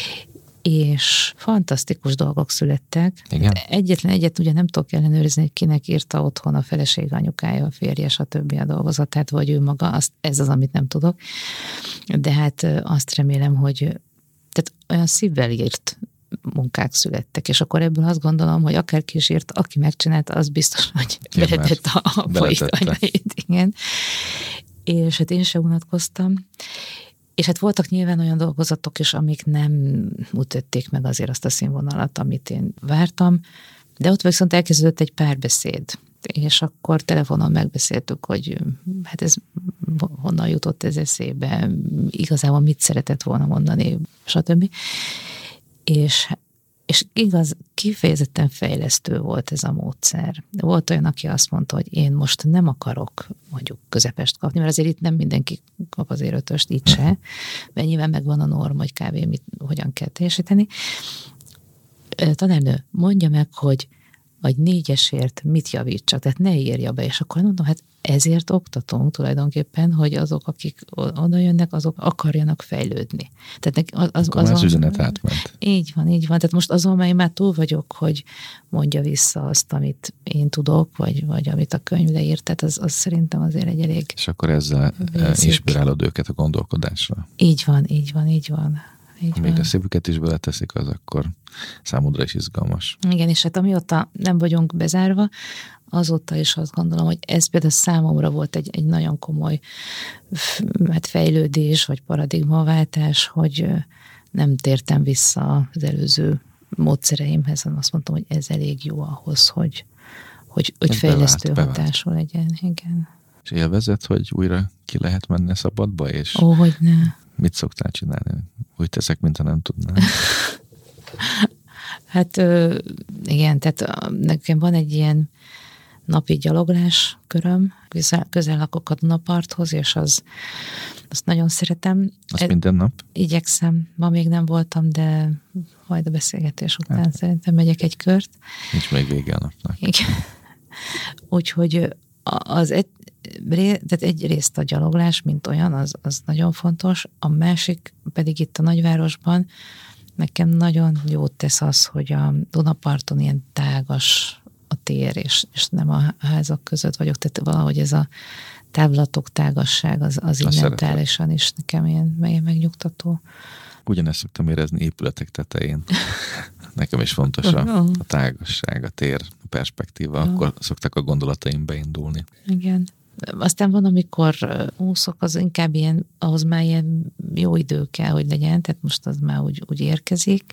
és fantasztikus dolgok születtek. Igen. Egyetlen egyet ugye nem tudok ellenőrizni, hogy kinek írta otthon a feleség, anyukája, a férje, stb. A dolgozatát, vagy ő maga, azt, ez az, amit nem tudok. De hát azt remélem, hogy tehát olyan szívvel írt munkák születtek, és akkor ebből azt gondolom, hogy akárki is írt, aki megcsinálta, az biztos, hogy beletett a apait, anyait, igen. És hát én sem unatkoztam. És hát voltak nyilván olyan dolgozatok is, amik nem ütötték meg azért azt a színvonalat, amit én vártam, de ott viszont elkezdődött egy párbeszéd, és akkor telefonon megbeszéltük, hogy hát ez honnan jutott ez eszébe, igazából mit szeretett volna mondani, stb. És, és igaz, kifejezetten fejlesztő volt ez a módszer. Volt olyan, aki azt mondta, hogy én most nem akarok mondjuk közepest kapni, mert azért itt nem mindenki kap azért ötöst, itt se, mert nyilván megvan a norma, hogy kb. Mit, hogyan kell teljesíteni. Tanárnő, mondja meg, hogy vagy négyesért mit javítsak, tehát ne írja be, és akkor mondom, hát ezért oktatunk tulajdonképpen, hogy azok, akik oda jönnek, azok akarjanak fejlődni. Tehát az, az, akkor az üzenet átment. Így van, így van. Tehát most azon, mert én már túl vagyok, hogy mondja vissza azt, amit én tudok, vagy, vagy amit a könyv leírt, tehát az, az szerintem azért egy elég... És akkor ezzel basic. Inspirálod őket a gondolkodásra. Így van, így van, így van. Ha még a szívüket is beleteszik, az akkor számodra is izgalmas. Igen, és hát amióta nem vagyunk bezárva, azóta is azt gondolom, hogy ez például számomra volt egy, egy nagyon komoly hát fejlődés, vagy paradigmaváltás, hogy nem tértem vissza az előző módszereimhez, hanem azt mondtam, hogy ez elég jó ahhoz, hogy, hogy, hogy fejlesztő bevált, hatású bevált. legyen. Igen. És élvezed, hogy újra ki lehet menni szabadba? És Ó, hogy ne. Mit szoktál csinálni? Úgy teszek, mintha nem tudnám. Hát igen, tehát nekem van egy ilyen napi gyaloglás köröm, közel, közel lakok a Dunaparthoz, és az, azt nagyon szeretem. Azt Ez, minden nap? Igyekszem, ma még nem voltam, de majd a beszélgetés után hát. Szerintem megyek egy kört. Nincs még vége a napnak. Igen. Úgyhogy az egy, tehát egy részt a gyaloglás, mint olyan, az, az nagyon fontos. A másik pedig itt a nagyvárosban nekem nagyon jót tesz az, hogy a Dunaparton ilyen tágas a tér, és, és nem a házak között vagyok, tehát valahogy ez a távlatok tágasság az, az így mentálisan is nekem ilyen megnyugtató. Ugyanezt szoktam érezni épületek tetején. Nekem is fontos a, a tágasság, a tér, a perspektíva, akkor szoktak a gondolataim beindulni. Igen. Aztán van, amikor úszok, az inkább ilyen, ahhoz már ilyen jó idő kell, hogy legyen, tehát most az már úgy, úgy érkezik.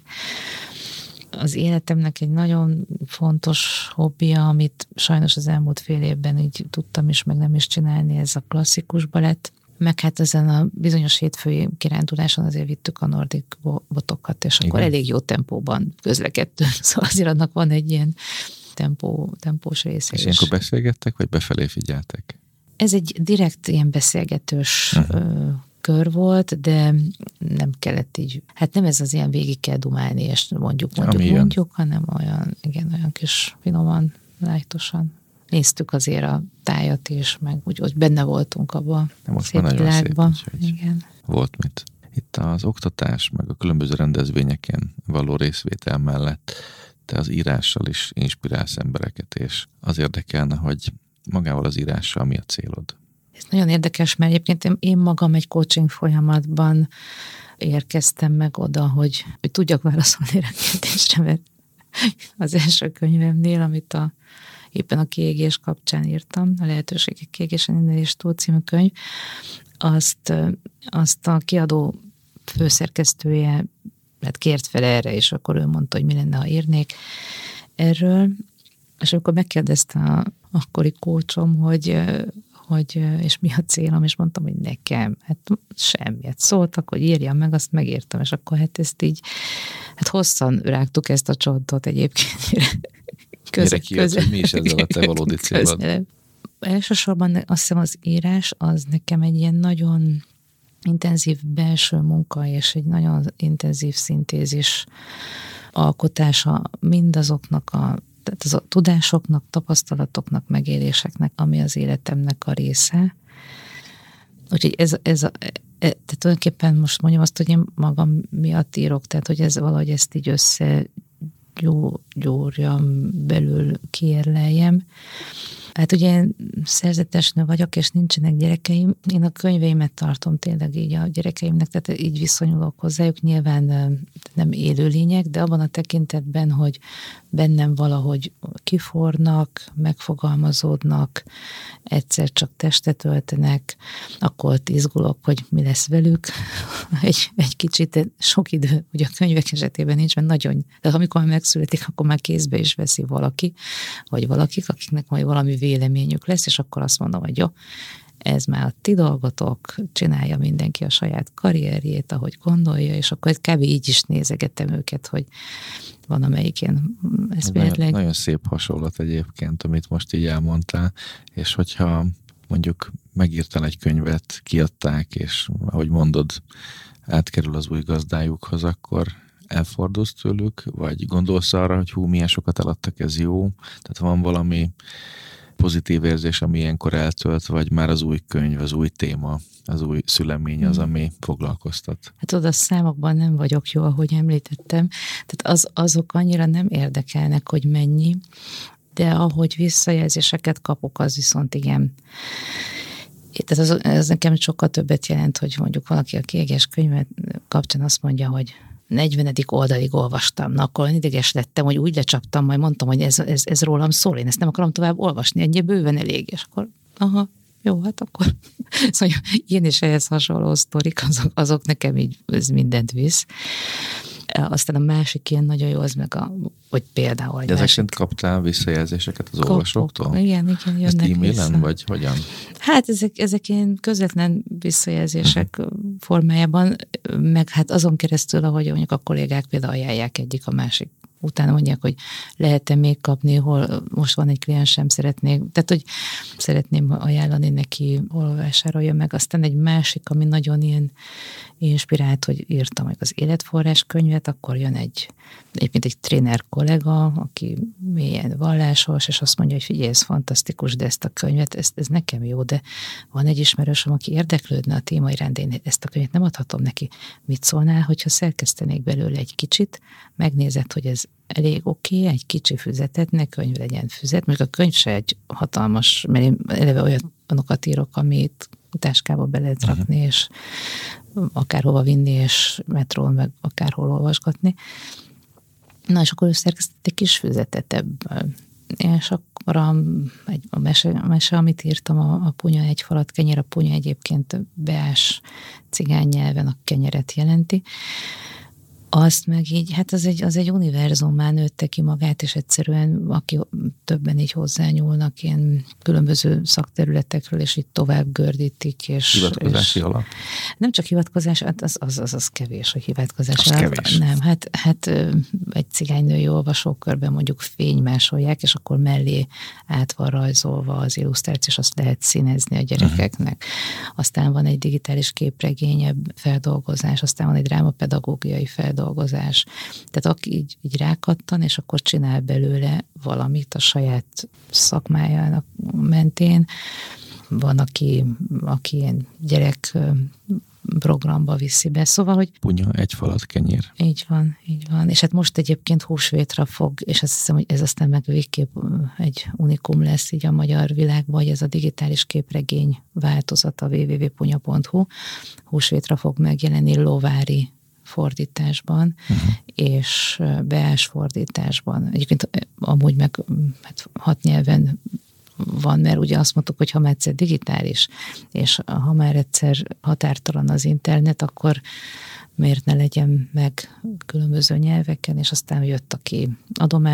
Az életemnek egy nagyon fontos hobbija, amit sajnos az elmúlt fél évben így tudtam is, meg nem is csinálni, ez a klasszikus balett. Meg hát ezen a bizonyos hétfői kiránduláson azért vittük a nordik botokat, és akkor igen. Elég jó tempóban közlekedtünk, szóval azért annak van egy ilyen tempó, tempós része. És ilyenkor beszélgettek, vagy befelé figyeltek? Ez egy direkt ilyen beszélgetős uh-huh. kör volt, de nem kellett így, hát nem ez az ilyen végig kell dumálni, és mondjuk, mondjuk, Ami mondjuk, jön. hanem olyan, igen, olyan kis finoman, lájtosan. Néztük azért a tájat is, meg úgy, hogy benne voltunk abban a szép világban. Igen. Volt mit. Itt az oktatás, meg a különböző rendezvényeken való részvétel mellett te az írással is inspirálsz embereket, és az érdekelne, hogy magával az írással mi a célod? Ez nagyon érdekes, mert egyébként én magam egy coaching folyamatban érkeztem meg oda, hogy, hogy tudjak válaszolni a kérdésre, mert az első könyvemnél, amit a, éppen a kiégés kapcsán írtam, a Lehetőségek kiégésen innen is túl című könyv, azt, azt a kiadó főszerkesztője hát kért fel erre, és akkor ő mondta, hogy mi lenne, ha írnék erről, És amikor megkérdezte a akkori kócsom, hogy, hogy és mi a célom, és mondtam, hogy nekem, hát semmiet. Szóltak, hogy írjam meg, azt megírtam, és akkor hát ezt így, hát hosszan rágtuk ezt a csontot egyébként. Mire kijött, hogy mi is ezzel a te valódi célod? Elsősorban azt hiszem az írás az nekem egy ilyen nagyon intenzív belső munka, és egy nagyon intenzív szintézis alkotása mindazoknak a, tehát az a tudásoknak, tapasztalatoknak, megéléseknek, ami az életemnek a része. Úgyhogy ez, ez a, e, tehát tulajdonképpen most mondjam azt, hogy én magam miatt írok, tehát hogy ez valahogy ezt így összegyúrjam, belül kiérleljem. Hát ugye én szerzetes nő vagyok, és nincsenek gyerekeim. Én a könyveimet tartom tényleg így a gyerekeimnek, tehát így viszonyulok hozzájuk. Nyilván nem élőlények, de abban a tekintetben, hogy bennem valahogy kifornak, megfogalmazódnak, egyszer csak testet öltenek, akkor izgulok, hogy mi lesz velük. Egy, egy kicsit sok idő, ugye a könyvek esetében nincs, mert nagyon, de amikor már megszületik, akkor már kézbe is veszi valaki, vagy valakik, akiknek majd valami véleményük lesz, és akkor azt mondom, hogy jó, ez már a ti dolgotok, csinálja mindenki a saját karrierjét, ahogy gondolja, és akkor kb. Így is nézegetem őket, hogy van amelyik ilyen eszméletleg. Nagyon, nagyon szép hasonlat egyébként, amit most így elmondtál, és hogyha mondjuk megírtál egy könyvet, kiadták, és ahogy mondod, átkerül az új gazdájukhoz, akkor elfordulsz tőlük, vagy gondolsz arra, hogy hú, milyen sokat eladtak, ez jó? Tehát van valami pozitív érzés, ami ilyenkor eltölt, vagy már az új könyv, az új téma, az új szülemény az, ami foglalkoztat? Hát oda számokban nem vagyok jó, ahogy említettem. Tehát az, azok annyira nem érdekelnek, hogy mennyi, de ahogy visszajelzéseket kapok, az viszont igen. Tehát az, ez nekem sokkal többet jelent, hogy mondjuk valaki a kiégés könyvet kapcsán azt mondja, hogy negyvenedik oldalig olvastam, na akkor ideges lettem, hogy úgy lecsaptam, majd mondtam, hogy ez, ez, ez rólam szól, én ezt nem akarom tovább olvasni, ennyi bőven elég, és akkor aha, jó, hát akkor szóval én is ehhez hasonló sztorik, azok, azok nekem így ez mindent visz. Aztán a másik ilyen nagyon jó, az meg a, hogy például... De ezek szerint kaptál visszajelzéseket az olvasóktól? Igen, igen, jönnek. Ezt e-mailen, vissza. Vagy hogyan? Hát ezek, ezek ilyen közvetlen visszajelzések uh-huh. formájában, meg hát azon keresztül, ahogy mondjuk a kollégák például ajánlják egyik a másik. Utána mondják, hogy lehet-e még kapni, hol most van egy kliensem, szeretnék, tehát hogy szeretném ajánlani neki, hol vásárolja meg. Aztán egy másik, ami nagyon ilyen inspirált, hogy írtam meg az életforrás könyvet, akkor jön egy, egyébként egy tréner kollega, aki mélyen vallásos, és azt mondja, hogy figyelj, ez fantasztikus, de ezt a könyvet, ez, ez nekem jó, de van egy ismerősöm, aki érdeklődne a téma iránt, én ezt a könyvet nem adhatom neki. Mit szólnál, hogyha szerkesztenék belőle egy kicsit, megnézed, hogy ez elég oké, okay, egy kicsi füzetet, ne könyv legyen füzet, mondjuk a könyv se egy hatalmas, mert én eleve olyanokat írok, amit táskába be lehet rakni, uh-huh. és akárhova vinni, és metrón, meg akárhol olvasgatni. Na, és akkor ő szerkesztett egy kis füzetet ebből. És akkor a, egy, a, mese, a mese, amit írtam, a, a punya egy falat kenyer, a punya egyébként beás cigány nyelven a kenyeret jelenti. Azt meg így, hát az egy, az egy univerzumán nőtte ki magát, és egyszerűen, aki többen így hozzányúlnak ilyen különböző szakterületekről, és így tovább gördítik. És, hivatkozási és alap? Nem csak hivatkozás, az, az, az, az kevés, hogy hivatkozás az alap. Kevés. Nem, hát, hát egy cigánynői olvasókörben mondjuk fénymásolják, és akkor mellé át van rajzolva az illusztráció, és azt lehet színezni a gyerekeknek. Uh-huh. Aztán van egy digitális képregényebb feldolgozás, aztán van egy drámapedagógiai feldolgozás, dolgozás. Tehát aki így, így rákattan, és akkor csinál belőle valamit a saját szakmájának mentén. Van, aki, aki ilyen gyerek programba viszi be. Szóval, hogy... Punya egy falat kenyér. Így van, így van. És hát most egyébként húsvétra fog, és azt hiszem, hogy ez aztán meg végképp egy unikum lesz így a magyar világban, hogy ez a digitális képregény változata double-u double-u double-u pont punya pont hu húsvétra fog megjelenni lovári fordításban, uh-huh. és beás fordításban. Egyébként amúgy meg hát, hat nyelven van, mert ugye azt mondtuk, hogy ha már egyszer digitális, és ha már egyszer határtalan az internet, akkor miért ne legyen meg különböző nyelveken, és aztán jött, aki adomány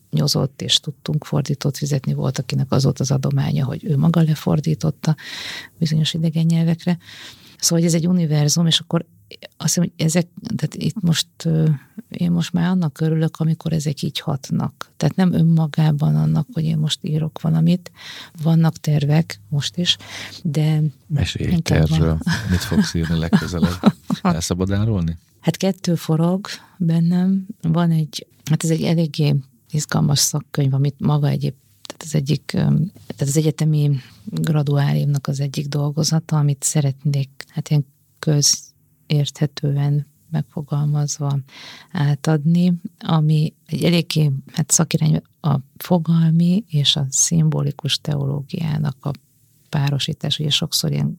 nyozott, és tudtunk fordítót fizetni, volt, akinek az volt az adománya, hogy ő maga lefordította bizonyos idegen nyelvekre. Szóval ez egy univerzum, és akkor azt hiszem, hogy ezek, tehát itt most én most már annak örülök, amikor ezek így hatnak. Tehát nem önmagában annak, hogy én most írok valamit, vannak tervek most is, de... Mesélj egy tervről, mit fogsz írni legközelebb? El szabad árulni? Hát kettő forog bennem, van egy, hát ez egy eléggé izgalmas szakkönyv, amit maga egyéb, tehát az egyik, tehát az egyetemi graduálimnak az egyik dolgozata, amit szeretnék, hát ilyen közérthetően megfogalmazva átadni, ami egy eléggé, hát szakirány a fogalmi és a szimbolikus teológiának a párosítás, ugye sokszor ilyen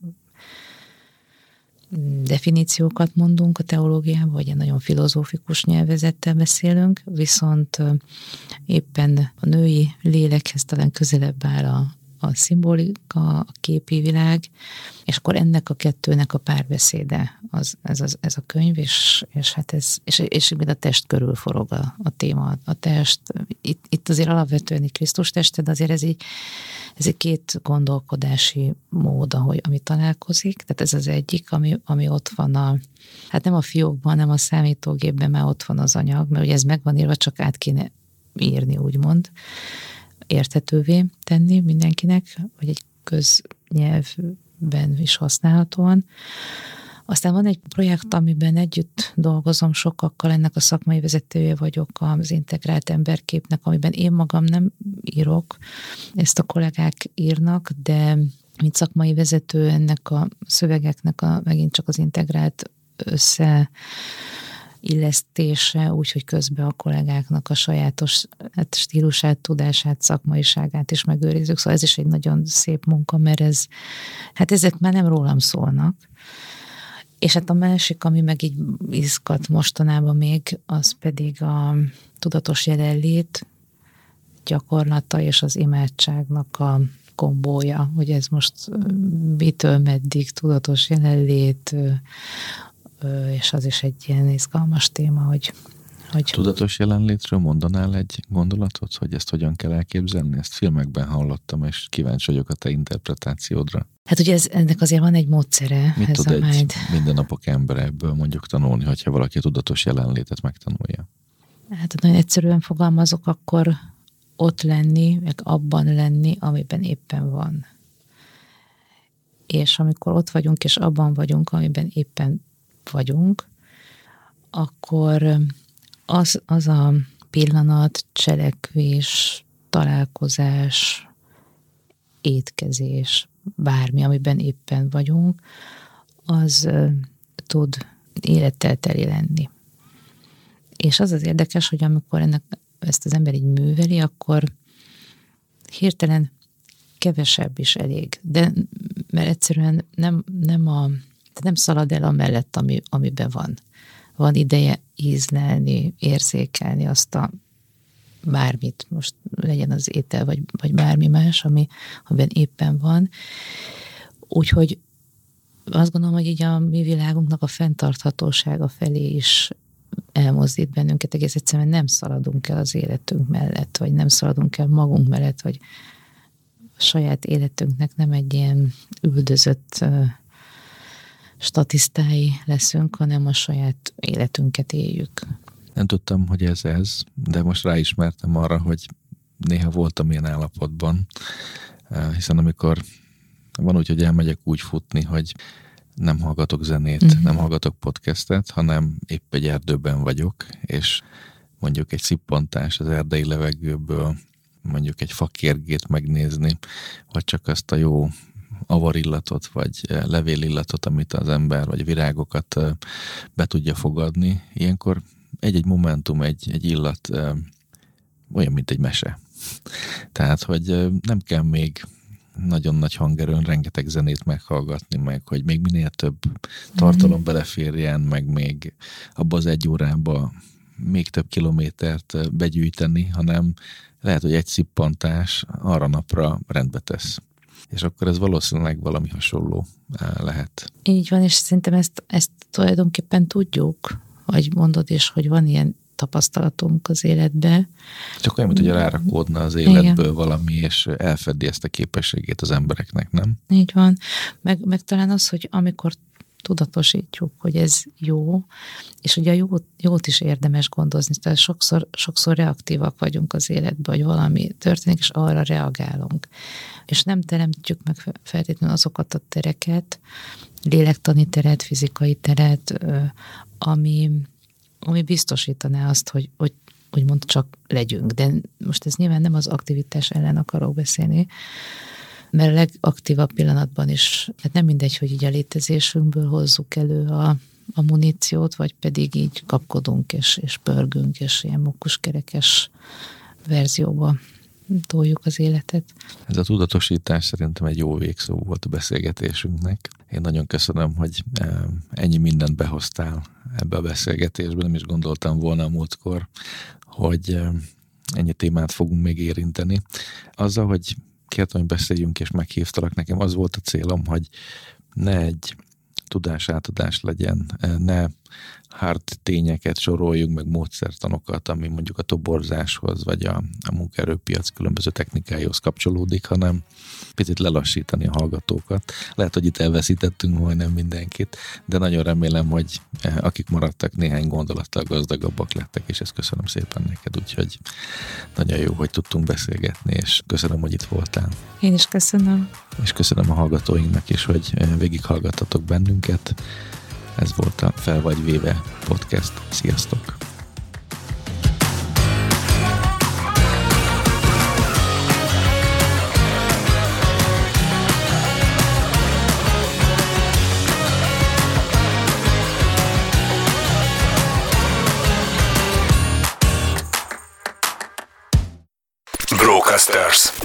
definíciókat mondunk a teológiában, vagy egy nagyon filozófikus nyelvezettel beszélünk, viszont éppen a női lélekhez talán közelebb áll a, a szimbolika, a képi világ, és akkor ennek a kettőnek a párbeszéde az, ez, az, ez a könyv, és, és hát ez, és, és mind a test körül forog a, a téma, a test. Itt, itt azért alapvetően egy Krisztus teste, de azért ez így, ez egy két gondolkodási mód, ahogy, ami találkozik, tehát ez az egyik, ami, ami ott van a, hát nem a fiókban, hanem a számítógépben már ott van az anyag, mert ugye ez meg van írva, csak át kéne írni, úgymond, érthetővé tenni mindenkinek, vagy egy köznyelvben is használhatóan. Aztán van egy projekt, amiben együtt dolgozom sokakkal, ennek a szakmai vezetője vagyok az integrált emberképnek, amiben én magam nem írok, ezt a kollégák írnak, de mint szakmai vezető ennek a szövegeknek a, megint csak az integrált össze illesztése, úgyhogy közben a kollégáknak a sajátos hát stílusát, tudását, szakmaiságát is megőrizzük. Szóval ez is egy nagyon szép munka, mert ez, hát ezek már nem rólam szólnak. És hát a másik, ami meg így izgat mostanában még, az pedig a tudatos jelenlét gyakorlata és az imádságnak a kombója, hogy ez most mitől meddig tudatos jelenlét, és az is egy ilyen izgalmas téma, hogy... hogy... Tudatos jelenlétről mondanál egy gondolatot, hogy ezt hogyan kell elképzelni? Ezt filmekben hallottam, és kíváncsi vagyok a te interpretációdra. Hát ugye ez, ennek azért van egy módszere. Mit ez tud a egy mind. mindennapok ember ebből mondjuk tanulni, hogyha valaki tudatos jelenlétet megtanulja? Hát nagyon egyszerűen fogalmazok, akkor ott lenni, meg abban lenni, amiben éppen van. És amikor ott vagyunk, és abban vagyunk, amiben éppen vagyunk, akkor az, az a pillanat, cselekvés, találkozás, étkezés, bármi, amiben éppen vagyunk, az tud élettel teli lenni. És az az érdekes, hogy amikor ennek, ezt az ember így műveli, akkor hirtelen kevesebb is elég. De mert egyszerűen nem, nem, a, nem szalad el amellett, ami, amiben van. Van ideje ízlelni, érzékelni azt a bármit, most legyen az étel, vagy, vagy bármi más, ami, amiben éppen van. Úgyhogy azt gondolom, hogy így a mi világunknak a fenntarthatósága felé is elmozdít bennünket, egész egyszerűen nem szaladunk el az életünk mellett, vagy nem szaladunk el magunk mellett, vagy a saját életünknek nem egy ilyen üldözött uh, statisztái leszünk, hanem a saját életünket éljük. Nem tudtam, hogy ez ez, de most ráismertem arra, hogy néha voltam ilyen állapotban, hiszen amikor van úgy, hogy elmegyek úgy futni, hogy nem hallgatok zenét, uh-huh. nem hallgatok podcastet, hanem épp egy erdőben vagyok, és mondjuk egy szippantás az erdei levegőből, mondjuk egy fakérgét megnézni, vagy csak azt a jó avarillatot, vagy levélillatot, amit az ember, vagy virágokat be tudja fogadni. Ilyenkor egy-egy momentum, egy, egy illat olyan, mint egy mese. Tehát, hogy nem kell még nagyon nagy hangerőn rengeteg zenét meghallgatni, meg hogy még minél több tartalom mm. beleférjen, meg még abba az egy órába még több kilométert begyűjteni, hanem lehet, hogy egy szippantás arra napra rendbe tesz. És akkor ez valószínűleg valami hasonló lehet. Így van, és szerintem ezt, ezt tulajdonképpen tudjuk, vagy mondod is, hogy van ilyen tapasztalatunk az életbe. Csak olyan, mint hogy rárakódna az életből igen. valami, és elfedi ezt a képességét az embereknek, nem? Így van. Meg, meg talán az, hogy amikor tudatosítjuk, hogy ez jó, és ugye a jót, jót is érdemes gondozni, tehát sokszor, sokszor reaktívak vagyunk az életben, hogy valami történik, és arra reagálunk. És nem teremtjük meg feltétlenül azokat a tereket, lélektani teret, fizikai teret, ami, ami biztosítaná azt, hogy, hogy úgymond csak legyünk. De most ez nyilván nem az aktivitás ellen akarok beszélni, mert a legaktívabb pillanatban is, hát nem mindegy, hogy így a létezésünkből hozzuk elő a, a muníciót, vagy pedig így kapkodunk, és, és pörgünk, és ilyen mukuskerekes verzióba toljuk az életet. Ez a tudatosítás szerintem egy jó végszó volt a beszélgetésünknek. Én nagyon köszönöm, hogy ennyi mindent behoztál ebbe a beszélgetésbe, nem is gondoltam volna a múltkor, hogy ennyi témát fogunk még érinteni. Azzal, hogy kértem, hogy beszéljünk, és meghívtalak, nekem az volt a célom, hogy ne egy tudásátadás legyen, ne hard tényeket soroljunk, meg módszertanokat, ami mondjuk a toborzáshoz, vagy a, a munkaerőpiac különböző technikáihoz kapcsolódik, hanem picit lelassítani a hallgatókat. Lehet, hogy itt elveszítettünk majdnem mindenkit, de nagyon remélem, hogy akik maradtak, néhány gondolattal gazdagabbak lettek, és ezt köszönöm szépen neked, úgyhogy nagyon jó, hogy tudtunk beszélgetni, és köszönöm, hogy itt voltál. Én is köszönöm. És köszönöm a hallgatóinknak is, hogy végighallgattatok bennünket. Ez volt a Fel vagy véve podcast. Sziasztok! Brocasters.